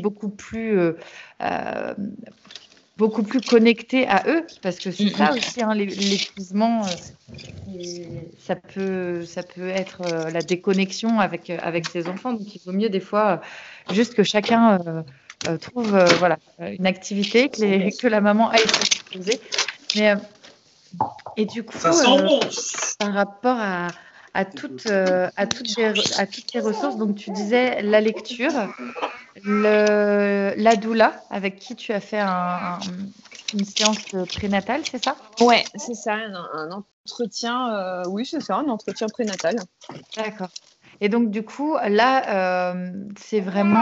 beaucoup plus connectée à eux, parce que c'est ça aussi, hein, l'épuisement, ça peut être la déconnexion avec ses enfants. Donc il vaut mieux des fois juste que chacun trouve une activité, que la maman aille se poser. Mais et du coup, par rapport à toutes les ressources, donc tu disais la lecture, la doula avec qui tu as fait une séance prénatale, c'est ça? Ouais, c'est ça, un entretien, oui, c'est ça, un entretien prénatal. D'accord. Et donc, du coup, là, c'est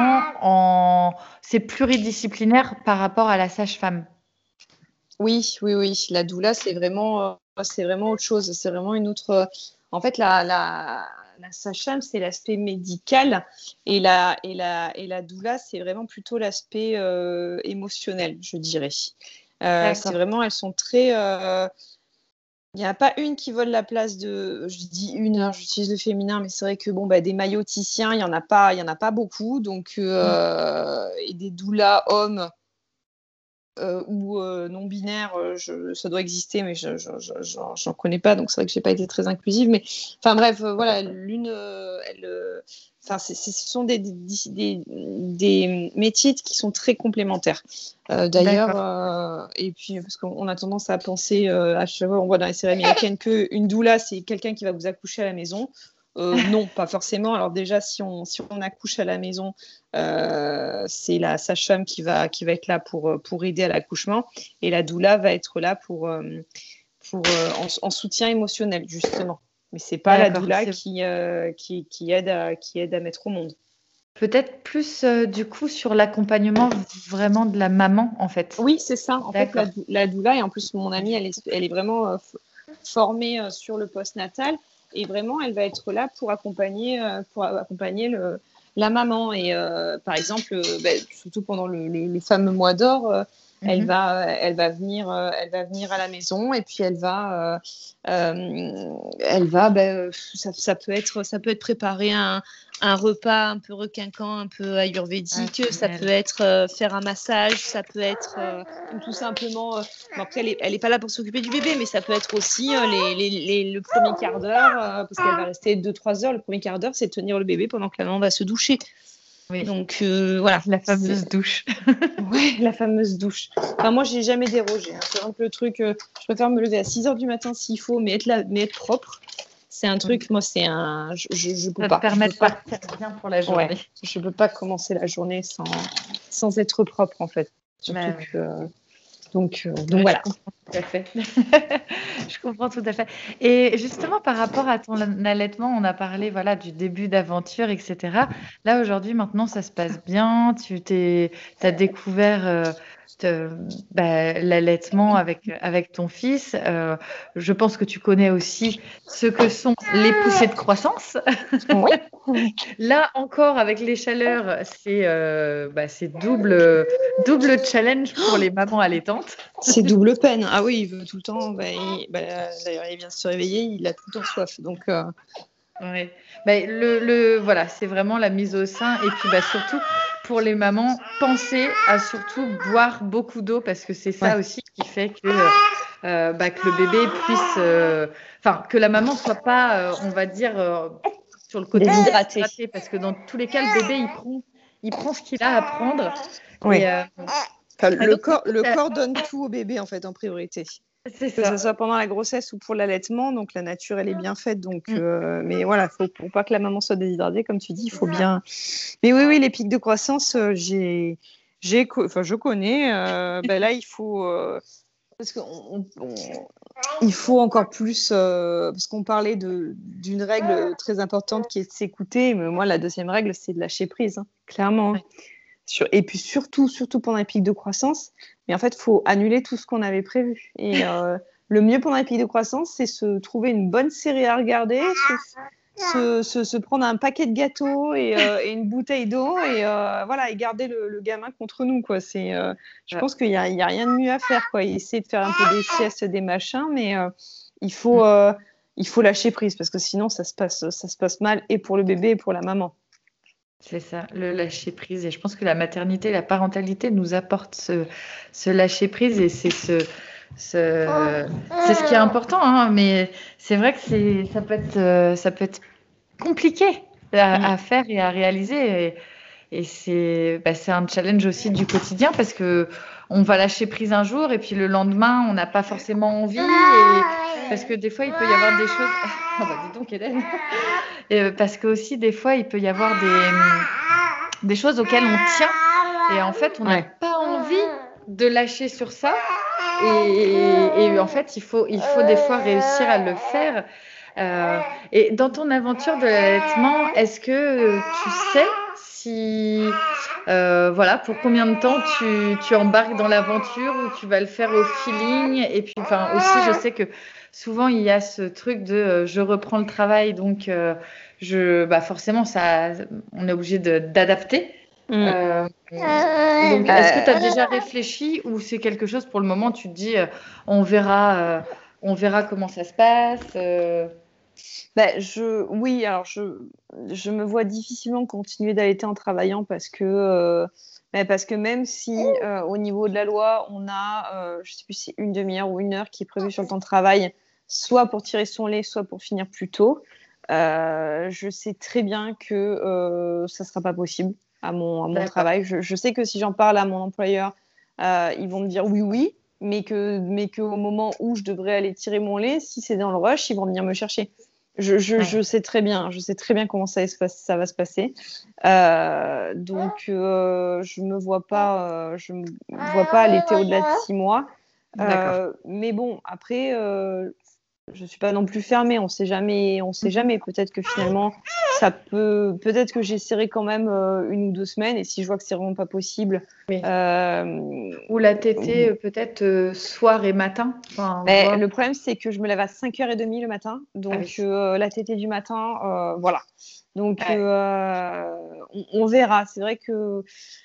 pluridisciplinaire par rapport à la sage-femme. Oui. La doula, c'est vraiment autre chose. C'est vraiment une autre. En fait, la sage-femme, c'est l'aspect médical, et la doula, c'est vraiment plutôt l'aspect émotionnel, je dirais. C'est vraiment, elles sont très. Il n'y en a pas une qui vole la place de. Je dis une, hein, j'utilise le féminin, mais c'est vrai que des mailloticiens, il y en a pas beaucoup. Donc, et des doulas hommes. Ou non binaire, ça doit exister, mais j'en connais pas, donc c'est vrai que j'ai pas été très inclusive. Mais enfin bref, voilà, l'une, ce sont des métiers qui sont très complémentaires. D'ailleurs, et puis parce qu'on a tendance à penser à chaque fois on voit dans les séries américaines qu'une doula c'est quelqu'un qui va vous accoucher à la maison. Non, pas forcément. Alors déjà, si on accouche à la maison, c'est la sage-femme qui va être là pour aider à l'accouchement, et la doula va être là en soutien émotionnel, justement. Mais c'est pas la doula qui aide à mettre au monde. Peut-être plus du coup sur l'accompagnement vraiment de la maman, en fait. Oui, c'est ça. En fait, la doula, et en plus mon amie, elle est vraiment formée sur le postnatal. Et vraiment, elle va être là pour accompagner la maman. Et par exemple, surtout pendant le fameux mois d'or, Elle va venir à la maison et puis ça peut être préparer un repas un peu requinquant, un peu ayurvédique. Ça peut être faire un massage. Ça peut être tout simplement. Bon, après, elle est pas là pour s'occuper du bébé, mais ça peut être aussi le premier quart d'heure, parce qu'elle va rester 2-3 heures. Le premier quart d'heure, c'est de tenir le bébé pendant que la maman va se doucher. Oui. Donc voilà. La fameuse douche. Ouais, la fameuse douche. Enfin, moi, j'ai jamais dérogé. Hein. C'est vraiment que le truc, je préfère me lever à 6 heures du matin s'il faut, mais être propre. C'est un truc, moi, c'est un. Je peux Ça pas. te permet de partir bien pour la journée. Ouais, je peux pas commencer la journée sans être propre, en fait. Surtout Ouais. que. Donc voilà. Je comprends tout à fait. Je comprends tout à fait. Et justement, par rapport à ton allaitement, on a parlé voilà, du début d'aventure, etc. Là, aujourd'hui, maintenant, ça se passe bien. As découvert l'allaitement avec ton fils. Je pense que tu connais aussi ce que sont les poussées de croissance. Oui. Là encore, avec les chaleurs, c'est double challenge pour les mamans allaitantes. C'est double peine. Ah oui, il veut tout le temps. D'ailleurs, il vient de se réveiller, il a tout le temps soif. Donc, Ouais. Voilà, c'est vraiment la mise au sein. Et puis surtout, pour les mamans, pensez à surtout boire beaucoup d'eau parce que c'est ça ouais. aussi qui fait que le bébé puisse. Enfin, que la maman soit pas, on va dire, sur le côté Déshydraté. parce que dans tous les cas, le bébé, il prend ce qu'il a à prendre. Oui. Et, Enfin, le donc, corps donne tout au bébé, en fait, en priorité. c'est Que ça. ce soit pendant la grossesse ou pour l'allaitement, donc la nature elle est bien faite. Donc, mais voilà, pour pas que la maman soit déshydratée, comme tu dis, il faut bien. Mais oui, les pics de croissance, je connais. Là, il faut parce il faut encore plus parce qu'on parlait d'une règle très importante qui est de s'écouter. Mais moi, la deuxième règle, c'est de lâcher prise, hein, clairement. Ouais. Et puis surtout pendant les pics de croissance, mais en fait, il faut annuler tout ce qu'on avait prévu. Et le mieux pendant les pics de croissance, c'est se trouver une bonne série à regarder, se prendre un paquet de gâteaux et une bouteille d'eau et voilà, et garder le gamin contre nous, quoi. Je pense qu'il y a rien de mieux à faire, quoi. Essayer de faire un peu des siestes, des machins, mais il faut lâcher prise parce que sinon ça se passe mal et pour le bébé et pour la maman. C'est ça, le lâcher prise. Et je pense que la maternité, la parentalité nous apporte ce lâcher prise et c'est ce qui est important. Hein, mais c'est vrai que ça peut être compliqué à faire et à réaliser. Et c'est un challenge aussi du quotidien parce que on va lâcher prise un jour et puis le lendemain, on n'a pas forcément envie. Parce que des fois, il peut y avoir des choses. Oh bah dis donc, Hélène. Et parce que aussi, des fois, il peut y avoir des choses auxquelles on tient et en fait, on n'a pas envie de lâcher sur ça. Et en fait, il faut des fois réussir à le faire. Et dans ton aventure de l'allaitement, est-ce que tu sais si, voilà, pour combien de temps tu embarques dans l'aventure ou tu vas le faire au feeling? Et puis, enfin, aussi, je sais que souvent, il y a ce truc de je reprends le travail, donc forcément, on est obligé d'adapter. Donc, est-ce que tu as déjà réfléchi ou c'est quelque chose pour le moment, tu te dis, on verra comment ça se passe Oui, alors je me vois difficilement continuer d'allaiter en travaillant parce que même si au niveau de la loi, on a, je sais plus si une demi-heure ou une heure qui est prévue sur le temps de travail, soit pour tirer son lait, soit pour finir plus tôt, je sais très bien que ça sera pas possible à mon travail. Je sais que si j'en parle à mon employeur, ils vont me dire oui, mais qu'au moment où je devrais aller tirer mon lait, si c'est dans le rush, ils vont venir me chercher. Je sais très bien comment ça va se passer. Donc, je me vois pas allaiter au-delà de 6 mois. Mais bon, après, je suis pas non plus fermée. On sait jamais. Peut-être que finalement, peut-être que j'essaierai quand même 1 ou 2 semaines. Et si je vois que c'est vraiment pas possible, oui. Ou la tétée peut-être soir et matin. Mais le problème, c'est que je me lève à 5h30 le matin. Donc, la tétée du matin, voilà. Donc, on verra. C'est vrai que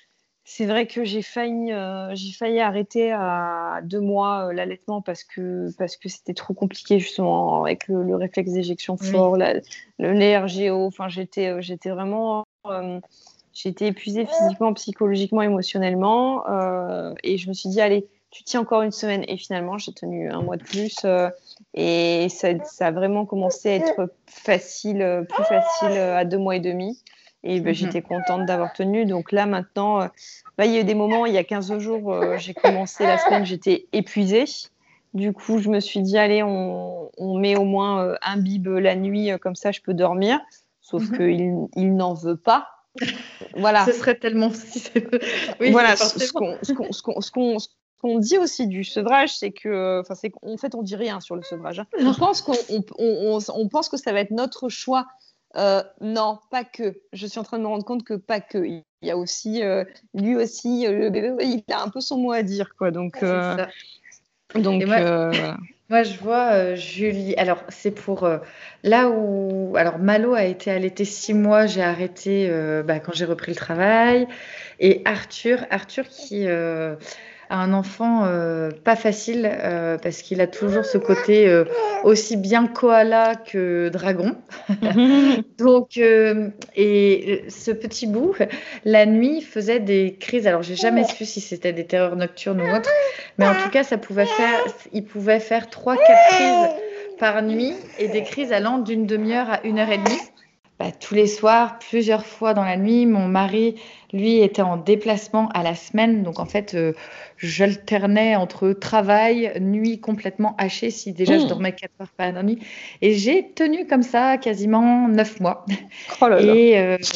C'est vrai que j'ai failli arrêter à 2 mois l'allaitement parce que c'était trop compliqué justement avec le réflexe d'éjection Oui. fort, le lait RGO. Enfin, j'étais vraiment, j'étais épuisée physiquement, psychologiquement, émotionnellement, et je me suis dit allez, tu tiens encore une semaine. Et finalement, j'ai tenu un mois de plus, et ça a vraiment commencé à être facile, plus facile à 2 mois et demi. Et ben, j'étais contente d'avoir tenu. Donc là, maintenant, il y a eu des moments, il y a 15 jours, j'ai commencé la semaine, j'étais épuisée. Du coup, je me suis dit, allez, on met au moins un bib la nuit, comme ça, je peux dormir. Sauf qu'il n'en veut pas. Voilà. Ce serait tellement... Oui, Voilà, forcément. ce qu'on dit aussi du sevrage, c'est que, c'est qu'en fait, on dit rien sur le sevrage. Hein. Non. On pense que ça va être notre choix. Non, pas que. Je suis en train de me rendre compte que pas que. Il y a aussi, lui aussi, le bébé, il a un peu son mot à dire, quoi. Donc, C'est ça. donc Et moi, voilà. moi, je vois Julie. Alors, c'est pour là où. Alors, Malo a été allaité 6 mois. J'ai arrêté quand j'ai repris le travail. Et Arthur qui a un enfant pas facile parce qu'il a toujours ce côté aussi bien koala que dragon. Donc, et ce petit bout, la nuit, faisait des crises. Alors, j'ai jamais su si c'était des terreurs nocturnes ou autre, mais en tout cas, il pouvait faire 3-4 crises par nuit et des crises allant d'une demi-heure à 1 heure et demie. Tous les soirs, plusieurs fois dans la nuit. Mon mari, lui, était en déplacement à la semaine. Donc, en fait, j'alternais entre travail, nuit complètement hachée, si déjà je dormais 4 heures par nuit. Et j'ai tenu comme ça quasiment 9 mois. Oh là là. Et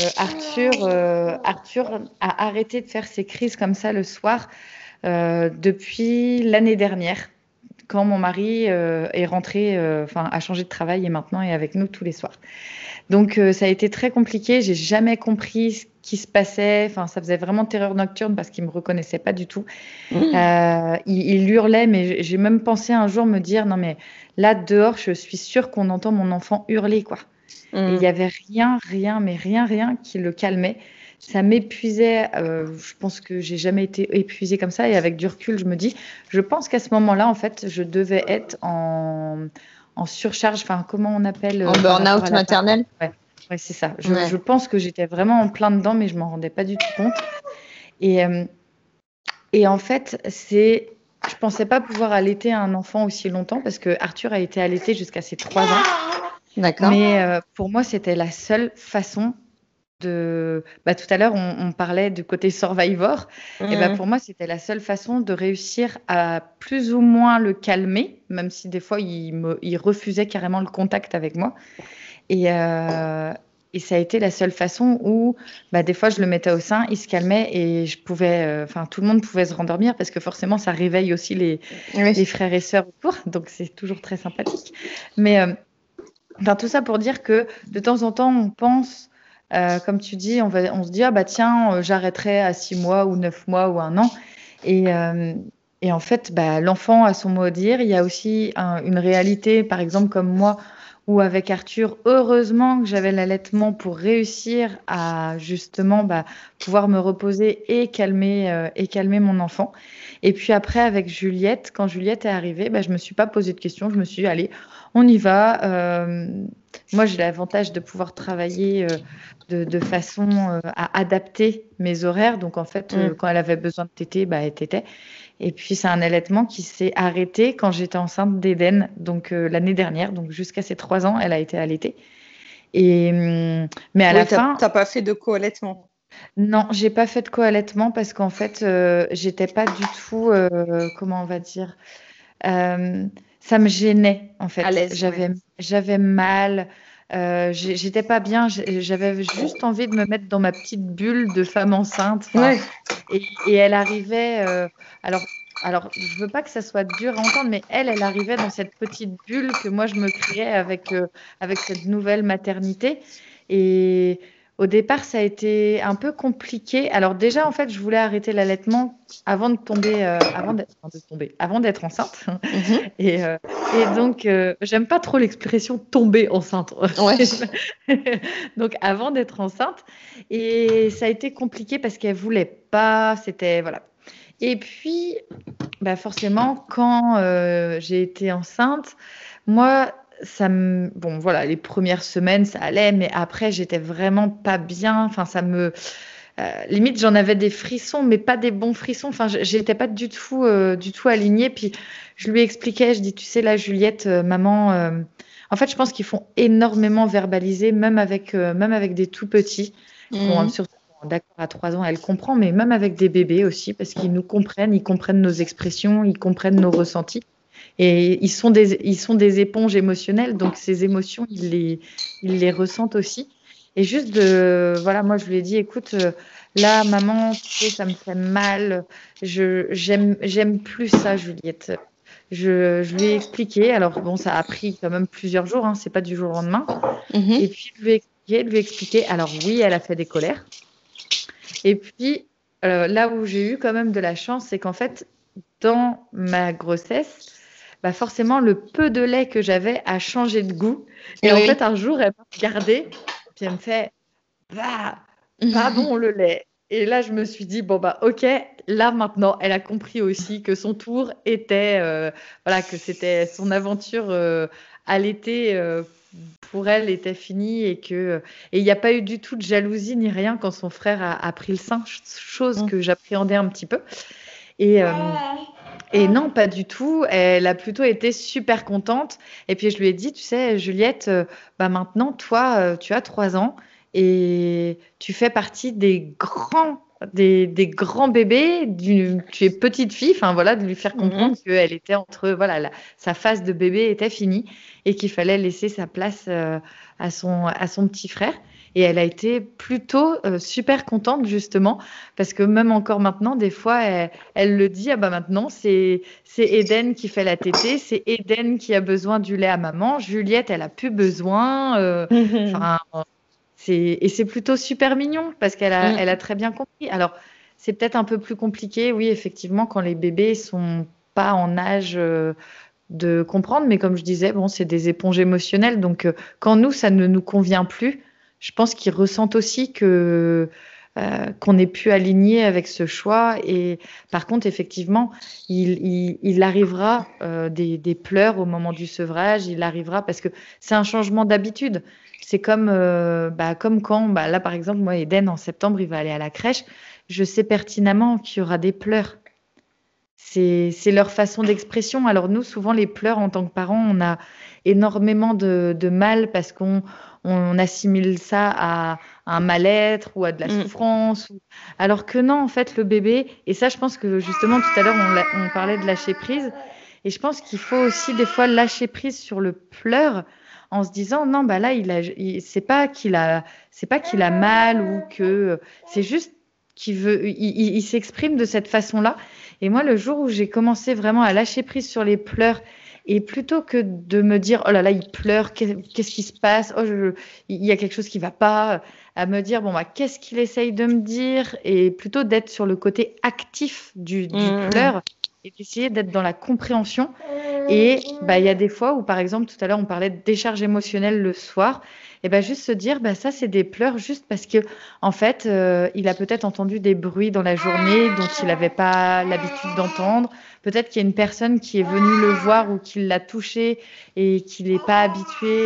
Arthur a arrêté de faire ses crises comme ça le soir depuis l'année dernière, quand mon mari est rentré, a changé de travail et maintenant est avec nous tous les soirs. Donc, ça a été très compliqué. J'ai jamais compris ce qui se passait. Enfin, ça faisait vraiment terreur nocturne parce qu'il me reconnaissait pas du tout. Il hurlait, mais j'ai même pensé un jour me dire, non, mais là, dehors, je suis sûre qu'on entend mon enfant hurler, quoi. Et il y avait rien qui le calmait. Ça m'épuisait. Je pense que j'ai jamais été épuisée comme ça. Et avec du recul, je me dis, je pense qu'à ce moment-là, en fait, je devais être en surcharge. Enfin, comment on appelle En burn-out maternel. Ouais, c'est ça. Ouais. Je pense que j'étais vraiment en plein dedans, mais je m'en rendais pas du tout compte. Et en fait, je pensais pas pouvoir allaiter un enfant aussi longtemps parce que Arthur a été allaité jusqu'à ses 3 ans. D'accord. Mais pour moi, c'était la seule façon de. Tout à l'heure, on parlait du côté survivor. Et pour moi, c'était la seule façon de réussir à plus ou moins le calmer, même si des fois, il refusait carrément le contact avec moi. Et ça a été la seule façon où, des fois, je le mettais au sein, il se calmait et je pouvais, tout le monde pouvait se rendormir parce que forcément, ça réveille aussi les frères et sœurs autour. Donc, c'est toujours très sympathique. Mais tout ça pour dire que de temps en temps, on pense, comme tu dis, on se dit, tiens, j'arrêterai à 6 mois ou 9 mois ou 1 an. Et en fait, l'enfant a son mot à dire. Il y a aussi une réalité, par exemple, comme moi, où avec Arthur, heureusement que j'avais l'allaitement pour réussir à justement pouvoir me reposer et calmer mon enfant. Et puis après, avec Juliette, quand Juliette est arrivée, je ne me suis pas posé de questions. Je me suis dit, allez, on y va. Moi, j'ai l'avantage de pouvoir travailler de façon à adapter mes horaires. Donc, en fait, quand elle avait besoin de téter, elle tétait. Et puis, c'est un allaitement qui s'est arrêté quand j'étais enceinte d'Eden, donc l'année dernière. Donc, jusqu'à ses 3 ans, elle a été allaitée. Mais à la fin... T'as pas fait de co-allaitement? Non, j'ai pas fait de co-allaitement parce qu'en fait, j'étais pas du tout... comment on va dire ça me gênait, en fait. À l'aise, J'avais mal... j'étais pas bien, j'avais juste envie de me mettre dans ma petite bulle de femme enceinte. Et elle arrivait, alors, je veux pas que ça soit dur à entendre, mais elle arrivait dans cette petite bulle que moi je me créais avec cette nouvelle maternité. Et Au départ, ça a été un peu compliqué. Alors déjà, en fait, je voulais arrêter l'allaitement avant de tomber, avant d'être enceinte. Mhm. Et, euh, et donc, j'aime pas trop l'expression tomber enceinte. Ouais. Donc, avant d'être enceinte. Et ça a été compliqué parce qu'elle voulait pas. C'était, voilà. Et puis, bah forcément, quand j'ai été enceinte, moi, bon, voilà, les premières semaines, ça allait, mais après, j'étais vraiment pas bien. Enfin, limite, j'en avais des frissons, mais pas des bons frissons. Enfin, j'étais pas du tout alignée. Puis, je lui expliquais, je dis, tu sais, là, Juliette, maman, en fait, je pense qu'ils font énormément verbaliser, même avec des tout petits. Bon, Mhm. surtout, d'accord, à 3 ans, elle comprend, mais même avec des bébés aussi, parce qu'ils nous comprennent, ils comprennent nos expressions, ils comprennent nos ressentis. Et ils sont des éponges émotionnelles, donc ces émotions, ils les ressentent aussi. Et juste voilà, moi je lui ai dit, écoute, là, maman, tu sais, ça me fait mal. J'aime plus ça, Juliette. Je lui ai expliqué. Alors bon, ça a pris quand même plusieurs jours, hein, c'est pas du jour au lendemain. Et Mhm. puis je lui ai expliqué. Alors oui, elle a fait des colères. Et puis là où j'ai eu quand même de la chance, c'est qu'en fait, dans ma grossesse, bah forcément, le peu de lait que j'avais a changé de goût. Et Et en oui. fait, un jour, elle m'a regardée, puis elle me fait, bah, pas bon le lait. Et là, je me suis dit, bon, bah, ok, là maintenant, elle a compris aussi que son tour était, voilà, que c'était son aventure à l'été pour elle était finie et il n'y a pas eu du tout de jalousie ni rien quand son frère a pris le sein, chose Mhm. que j'appréhendais un petit peu. Et, et non, pas du tout. Elle a plutôt été super contente. Et puis je lui ai dit, tu sais, Juliette, bah maintenant, toi, tu as 3 ans et tu fais partie des grands bébés. Tu es petite fille. Enfin voilà, de lui faire comprendre Mhm. qu'elle était entre, voilà, sa phase de bébé était finie et qu'il fallait laisser sa place à son petit frère. Et elle a été plutôt super contente justement parce que même encore maintenant, des fois, elle le dit, ah bah maintenant, c'est Eden qui fait la tétée, c'est Eden qui a besoin du lait à maman, Juliette, elle a plus besoin. Mhm. Enfin, et c'est plutôt super mignon parce elle a très bien compris. Alors, c'est peut-être un peu plus compliqué, oui, effectivement, quand les bébés sont pas en âge de comprendre, mais comme je disais, bon, c'est des éponges émotionnelles, donc quand nous, ça ne nous convient plus, je pense qu'ils ressentent aussi que qu'on n'est plus aligné avec ce choix. Et par contre, effectivement, il arrivera des pleurs au moment du sevrage. Il arrivera parce que c'est un changement d'habitude. C'est comme, comme quand, bah, là par exemple, moi, Eden, en septembre, il va aller à la crèche. Je sais pertinemment qu'il y aura des pleurs. C'est leur façon d'expression. Alors nous, souvent, les pleurs en tant que parents, on a énormément de mal parce on assimile ça à un mal-être ou à de la Mhm. souffrance. Alors que non, en fait, le bébé, et ça, je pense que justement, tout à l'heure, on parlait de lâcher prise. Et je pense qu'il faut aussi des fois lâcher prise sur le pleur en se disant, non, bah là, c'est pas qu'il a mal ou que c'est juste qu'il veut, il s'exprime de cette façon-là. Et moi, le jour où j'ai commencé vraiment à lâcher prise sur les pleurs, et plutôt que de me dire, oh là là, il pleure, qu'est-ce qui se passe? Il y a quelque chose qui va pas, à me dire, bon, bah, qu'est-ce qu'il essaye de me dire? Et plutôt d'être sur le côté actif du Mhm. pleur et d'essayer d'être dans la compréhension. Et bah, il y a des fois où, par exemple, tout à l'heure, on parlait de décharge émotionnelle le soir. Et bah, juste se dire, bah, ça, c'est des pleurs juste parce que, en fait, il a peut-être entendu des bruits dans la journée dont il n'avait pas l'habitude d'entendre. Peut-être qu'il y a une personne qui est venue le voir ou qui l'a touché et qu'il n'est pas habitué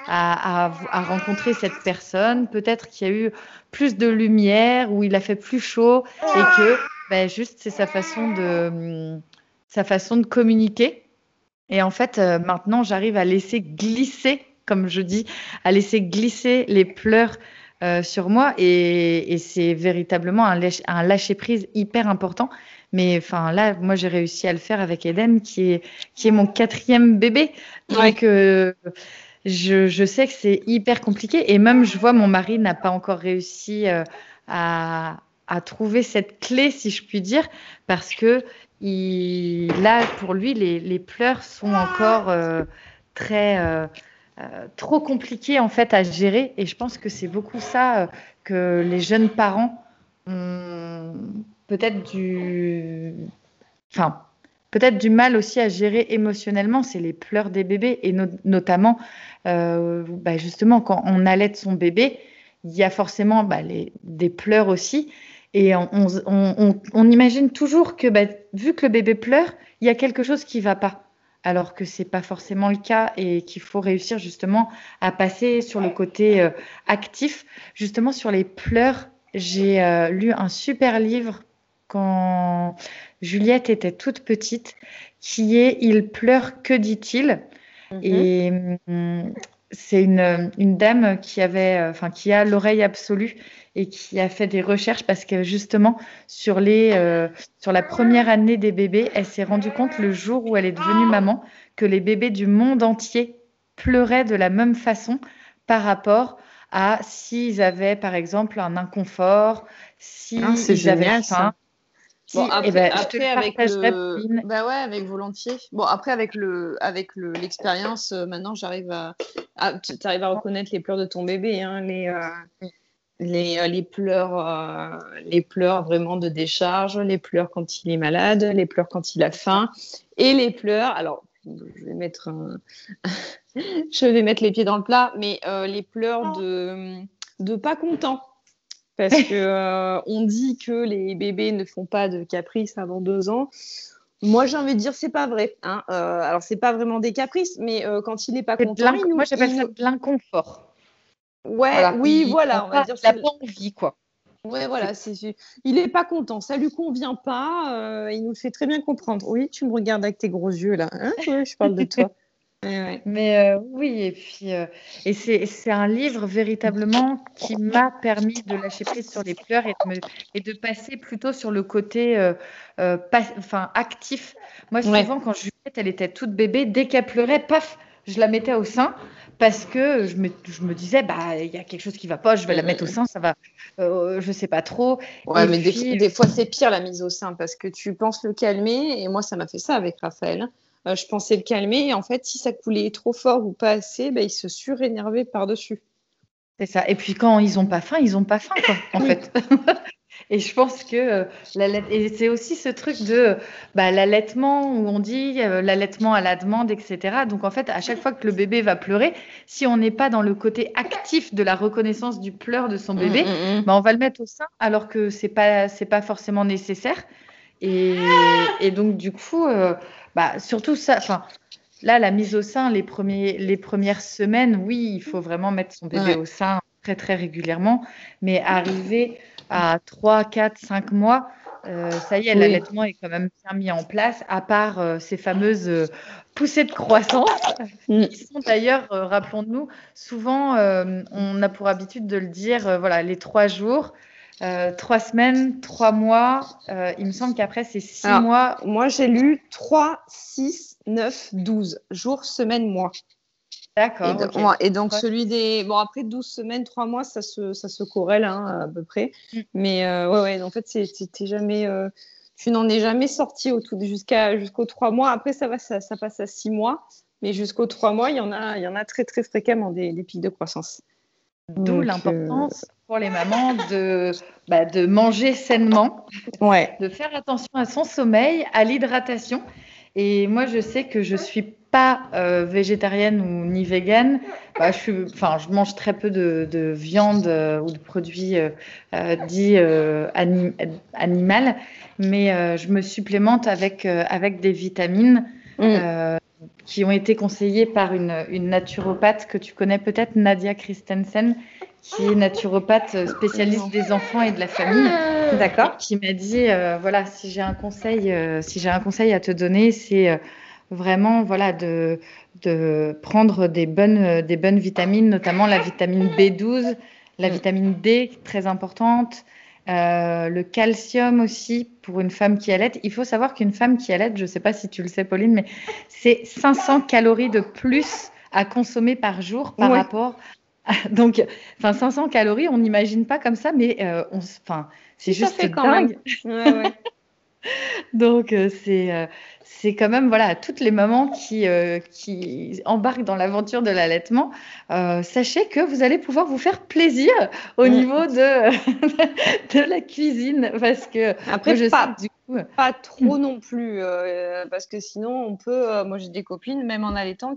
à rencontrer cette personne. Peut-être qu'il y a eu plus de lumière ou il a fait plus chaud et que bah, juste c'est sa façon de communiquer. Et en fait, maintenant, j'arrive à laisser glisser, comme je dis, à laisser glisser les pleurs sur moi. Et c'est véritablement un lâcher-prise hyper important. Mais enfin, là, moi, j'ai réussi à le faire avec Eden, qui est mon quatrième bébé. Ouais. Donc, je sais que c'est hyper compliqué. Et même, je vois, mon mari n'a pas encore réussi à trouver cette clé, si je puis dire, parce que là, pour lui, les pleurs sont encore très, trop compliqué en fait à gérer. Et je pense que c'est beaucoup ça que les jeunes parents ont peut-être peut-être du mal aussi à gérer émotionnellement, c'est les pleurs des bébés et notamment justement quand on allaite son bébé, il y a forcément des pleurs aussi et on imagine toujours que vu que le bébé pleure, il y a quelque chose qui ne va pas. Alors que ce n'est pas forcément le cas et qu'il faut réussir justement à passer sur le côté actif. Justement, sur les pleurs, j'ai lu un super livre quand Juliette était toute petite, qui est Il pleure, que dit-il? Et c'est une dame qui qui a l'oreille absolue et qui a fait des recherches parce que justement sur la première année des bébés, elle s'est rendue compte le jour où elle est devenue maman que les bébés du monde entier pleuraient de la même façon par rapport à s'ils avaient par exemple un inconfort, s'ils avaient faim. Bon, je te le avec partagerai, Pauline. Bah ouais, avec volontiers. Bon, après, avec l'expérience, maintenant, t'arrives à reconnaître les pleurs de ton bébé, hein, les pleurs vraiment de décharge, les pleurs quand il est malade, les pleurs quand il a faim, et les pleurs. Alors, je vais mettre je vais mettre les pieds dans le plat, mais les pleurs de pas content. Parce que on dit que les bébés ne font pas de caprices avant 2 ans. Moi, j'ai envie de dire, c'est pas vrai. Hein. Alors, c'est pas vraiment des caprices, mais quand il n'est pas content, moi j'appelle ça de l'inconfort. Ouais, voilà. On va dire. Il n'a pas envie, quoi. Ouais, voilà. Il n'est pas content, ça lui convient pas. Il nous fait très bien comprendre. Oui, tu me regardes avec tes gros yeux là. Hein, ouais, je parle de toi. Ouais. Mais oui, et puis c'est un livre véritablement qui m'a permis de lâcher prise sur les pleurs et de passer plutôt sur le côté actif. Moi, souvent, quand Juliette, elle était toute bébé, dès qu'elle pleurait, paf, je la mettais au sein parce que je me disais, il y a quelque chose qui ne va pas, je vais la mettre au sein, ça va, je ne sais pas trop. Ouais, mais des fois, c'est pire la mise au sein parce que tu penses le calmer. Et moi, ça m'a fait ça avec Raphaël. Je pensais le calmer et en fait, si ça coulait trop fort ou pas assez, il se surénervait par-dessus. C'est ça. Et puis quand ils n'ont pas faim, quoi, en fait. Et je pense que et c'est aussi ce truc de l'allaitement où on dit l'allaitement à la demande, etc. Donc en fait, à chaque fois que le bébé va pleurer, si on n'est pas dans le côté actif de la reconnaissance du pleur de son bébé, on va le mettre au sein alors que c'est pas forcément nécessaire. Et donc du coup, surtout ça. Enfin, là, la mise au sein, les premières semaines, oui, il faut vraiment mettre son bébé au sein très, très régulièrement. Mais arriver à 3, 4, 5 mois, ça y est, l'allaitement est quand même bien mis en place, à part ces fameuses poussées de croissance, qui sont d'ailleurs, rappelons-nous, souvent, on a pour habitude de le dire, les 3 jours. 3 semaines, 3 mois, il me semble qu'après c'est 6 mois. Moi j'ai lu 3, 6, 9, 12 jours, semaine, mois. D'accord. Et donc celui des. Bon, après 12 semaines, 3 mois, ça se corrèle à peu près. Mais en fait, tu n'en es jamais sorti jusqu'aux 3 mois. Après, ça passe à 6 mois. Mais jusqu'aux 3 mois, il y en a très, très fréquemment des pics de croissance. D'où l'importance pour les mamans de manger sainement, de faire attention à son sommeil, à l'hydratation. Et moi, je sais que je ne suis pas végétarienne ni végane. Je mange très peu de viande ou de produits dits animaux, mais je me supplémente avec des vitamines qui ont été conseillées par une naturopathe que tu connais peut-être, Nadia Christensen, qui est naturopathe spécialiste des enfants et de la famille. D'accord. Qui m'a dit, si j'ai un conseil à te donner, c'est vraiment de prendre des bonnes vitamines, notamment la vitamine B12, la vitamine D, très importante, le calcium aussi pour une femme qui allaite. Il faut savoir qu'une femme qui allaite, je ne sais pas si tu le sais Pauline, mais c'est 500 calories de plus à consommer par jour par rapport à... Donc, 500 calories, on n'imagine pas comme ça, mais c'est juste dingue. Donc, c'est quand même, voilà, toutes les mamans qui embarquent dans l'aventure de l'allaitement, sachez que vous allez pouvoir vous faire plaisir au niveau de, de la cuisine. Parce que Après, moi, je sais que du coup, pas trop non plus, parce que sinon on peut. Moi, j'ai des copines, même en allaitant,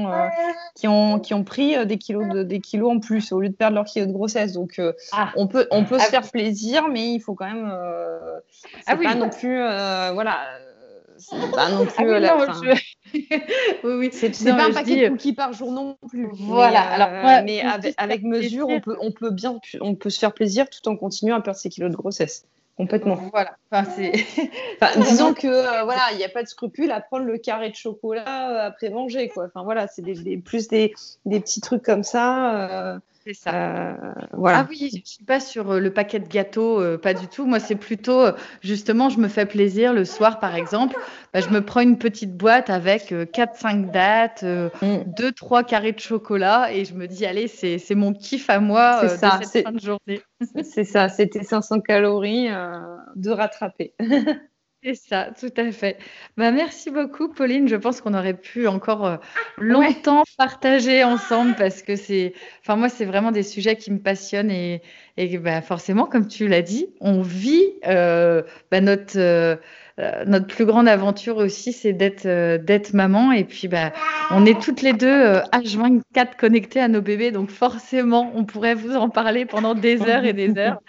qui ont pris des kilos en plus au lieu de perdre leur kilo de grossesse. Donc, ah, on peut se ah, faire plaisir, mais il faut quand même. ah C'est pas oui, non plus. Voilà. C'est pas non ah plus. oui, non, Enfin, oui, oui. c'est pas Non, un je paquet dis, de cookies par jour non plus. voilà. Alors, moi, Mais pour plus se faire avec mesure, plaisir, on peut se faire plaisir tout en continuant à perdre ses kilos de grossesse. Complètement. voilà. Enfin, c'est Enfin, c'est vraiment. disons que voilà, il n'y a pas de scrupule à prendre le carré de chocolat après manger, quoi. Enfin voilà, c'est des petits trucs comme ça. C'est ça. Ah Voilà. oui, je suis pas sur le paquet de gâteaux, pas du tout. Moi, c'est plutôt, justement, je me fais plaisir le soir, par exemple. Bah, je me prends une petite boîte avec 4-5 dattes, Mm. 2-3 carrés de chocolat et je me dis, allez, c'est mon kiff à moi C'est de ça, cette fin de journée. c'est ça, c'était 500 calories de rattraper. C'est ça, tout à fait. Bah, merci beaucoup, Pauline. Je pense qu'on aurait pu encore Ouais. longtemps partager ensemble parce que enfin, moi, c'est vraiment des sujets qui me passionnent et bah, forcément, comme tu l'as dit, on vit bah, notre plus grande aventure aussi, c'est d'être maman. Et puis, bah, on est toutes les deux H24 connectées à nos bébés. Donc, forcément, on pourrait vous en parler pendant des heures et des heures.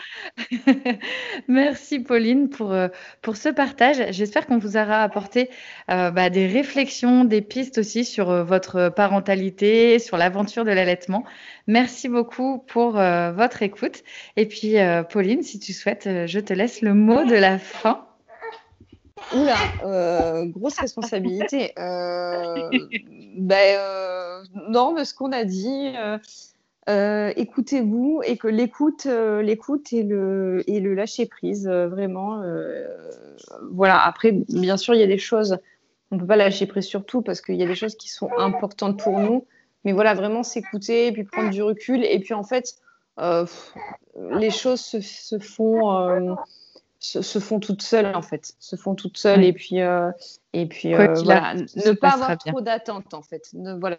Merci Pauline pour ce partage. J'espère qu'on vous aura apporté bah, des réflexions, des pistes aussi sur votre parentalité, sur l'aventure de l'allaitement. Merci beaucoup pour votre écoute. Et puis Pauline, si tu souhaites, je te laisse le mot de la fin. Oula, grosse responsabilité. Non, mais ce qu'on a dit, écoutez-vous et que l'écoute et le lâcher prise, vraiment. Voilà. Après, bien sûr, il y a des choses, on peut pas lâcher prise sur tout parce qu'il y a des choses qui sont importantes pour nous. Mais voilà, vraiment s'écouter et puis prendre du recul. Et puis en fait, euh, les choses se font toutes seules en fait, se font toutes seules Oui. et puis Quoi qu'il voilà, arrive, tout ne se pas passera avoir bien. trop d'attentes en fait, voilà,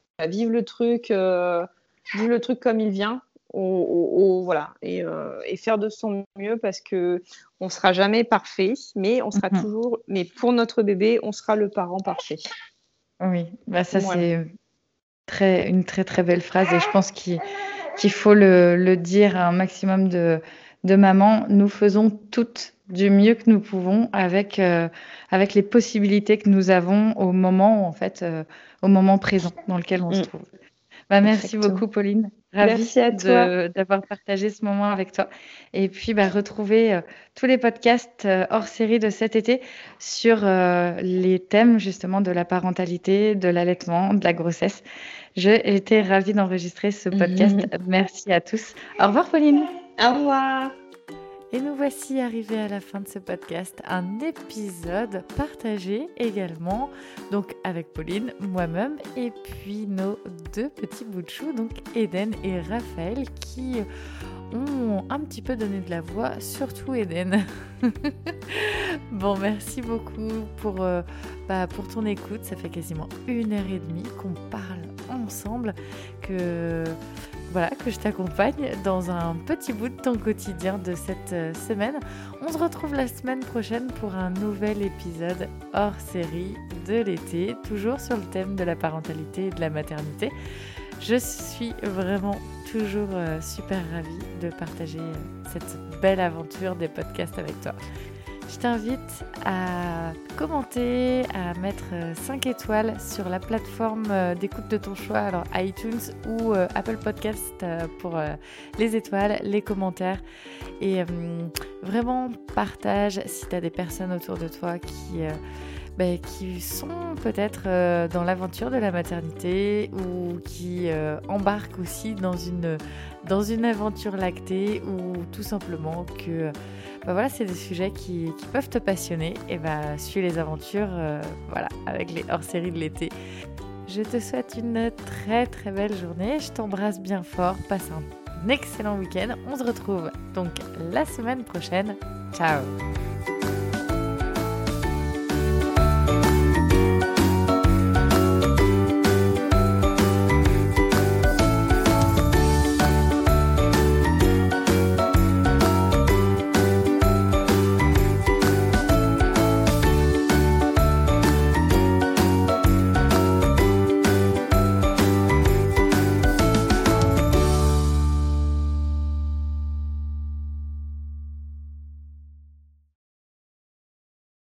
vivre le truc comme il vient, voilà, et faire de son mieux parce que on sera jamais parfait, mais on sera Mhm. toujours, mais pour notre bébé, on sera le parent parfait. Oui, bah, ça Voilà. c'est une très très belle phrase et je pense qu'il faut le dire à un maximum de mamans. Nous faisons toutes du mieux que nous pouvons avec les possibilités que nous avons au moment, en fait, au moment présent dans lequel on se Mm, trouve. Bah, merci exactement. beaucoup, Pauline. Ravie Merci à toi. d'avoir partagé ce moment avec toi. Et puis, bah, retrouvez tous les podcasts hors série de cet été sur les thèmes justement de la parentalité, de l'allaitement, de la grossesse. J'ai été ravie d'enregistrer ce podcast. Merci à tous. Au revoir, Pauline. Au revoir. Et nous voici arrivés à la fin de ce podcast, un épisode partagé également, donc avec Pauline, moi-même, et puis nos deux petits bouts de chou, donc Eden et Raphaël, qui ont un petit peu donné de la voix, surtout Eden. Bon, merci beaucoup pour ton écoute. Ça fait quasiment 1h30 qu'on parle ensemble, que je t'accompagne dans un petit bout de ton quotidien de cette semaine. On se retrouve la semaine prochaine pour un nouvel épisode hors série de l'été, toujours sur le thème de la parentalité et de la maternité. Je suis vraiment toujours super ravie de partager cette belle aventure des podcasts avec toi. Je t'invite à commenter, à mettre 5 étoiles sur la plateforme d'écoute de ton choix, alors iTunes ou Apple Podcast pour les étoiles, les commentaires. Et vraiment partage si tu as des personnes autour de toi qui sont peut-être dans l'aventure de la maternité ou qui embarquent aussi dans une aventure lactée ou tout simplement que c'est des sujets qui peuvent te passionner. Et suis les aventures avec les hors-séries de l'été. Je te souhaite une très très belle journée. Je t'embrasse bien fort. Passe un excellent week-end. On se retrouve donc la semaine prochaine. Ciao!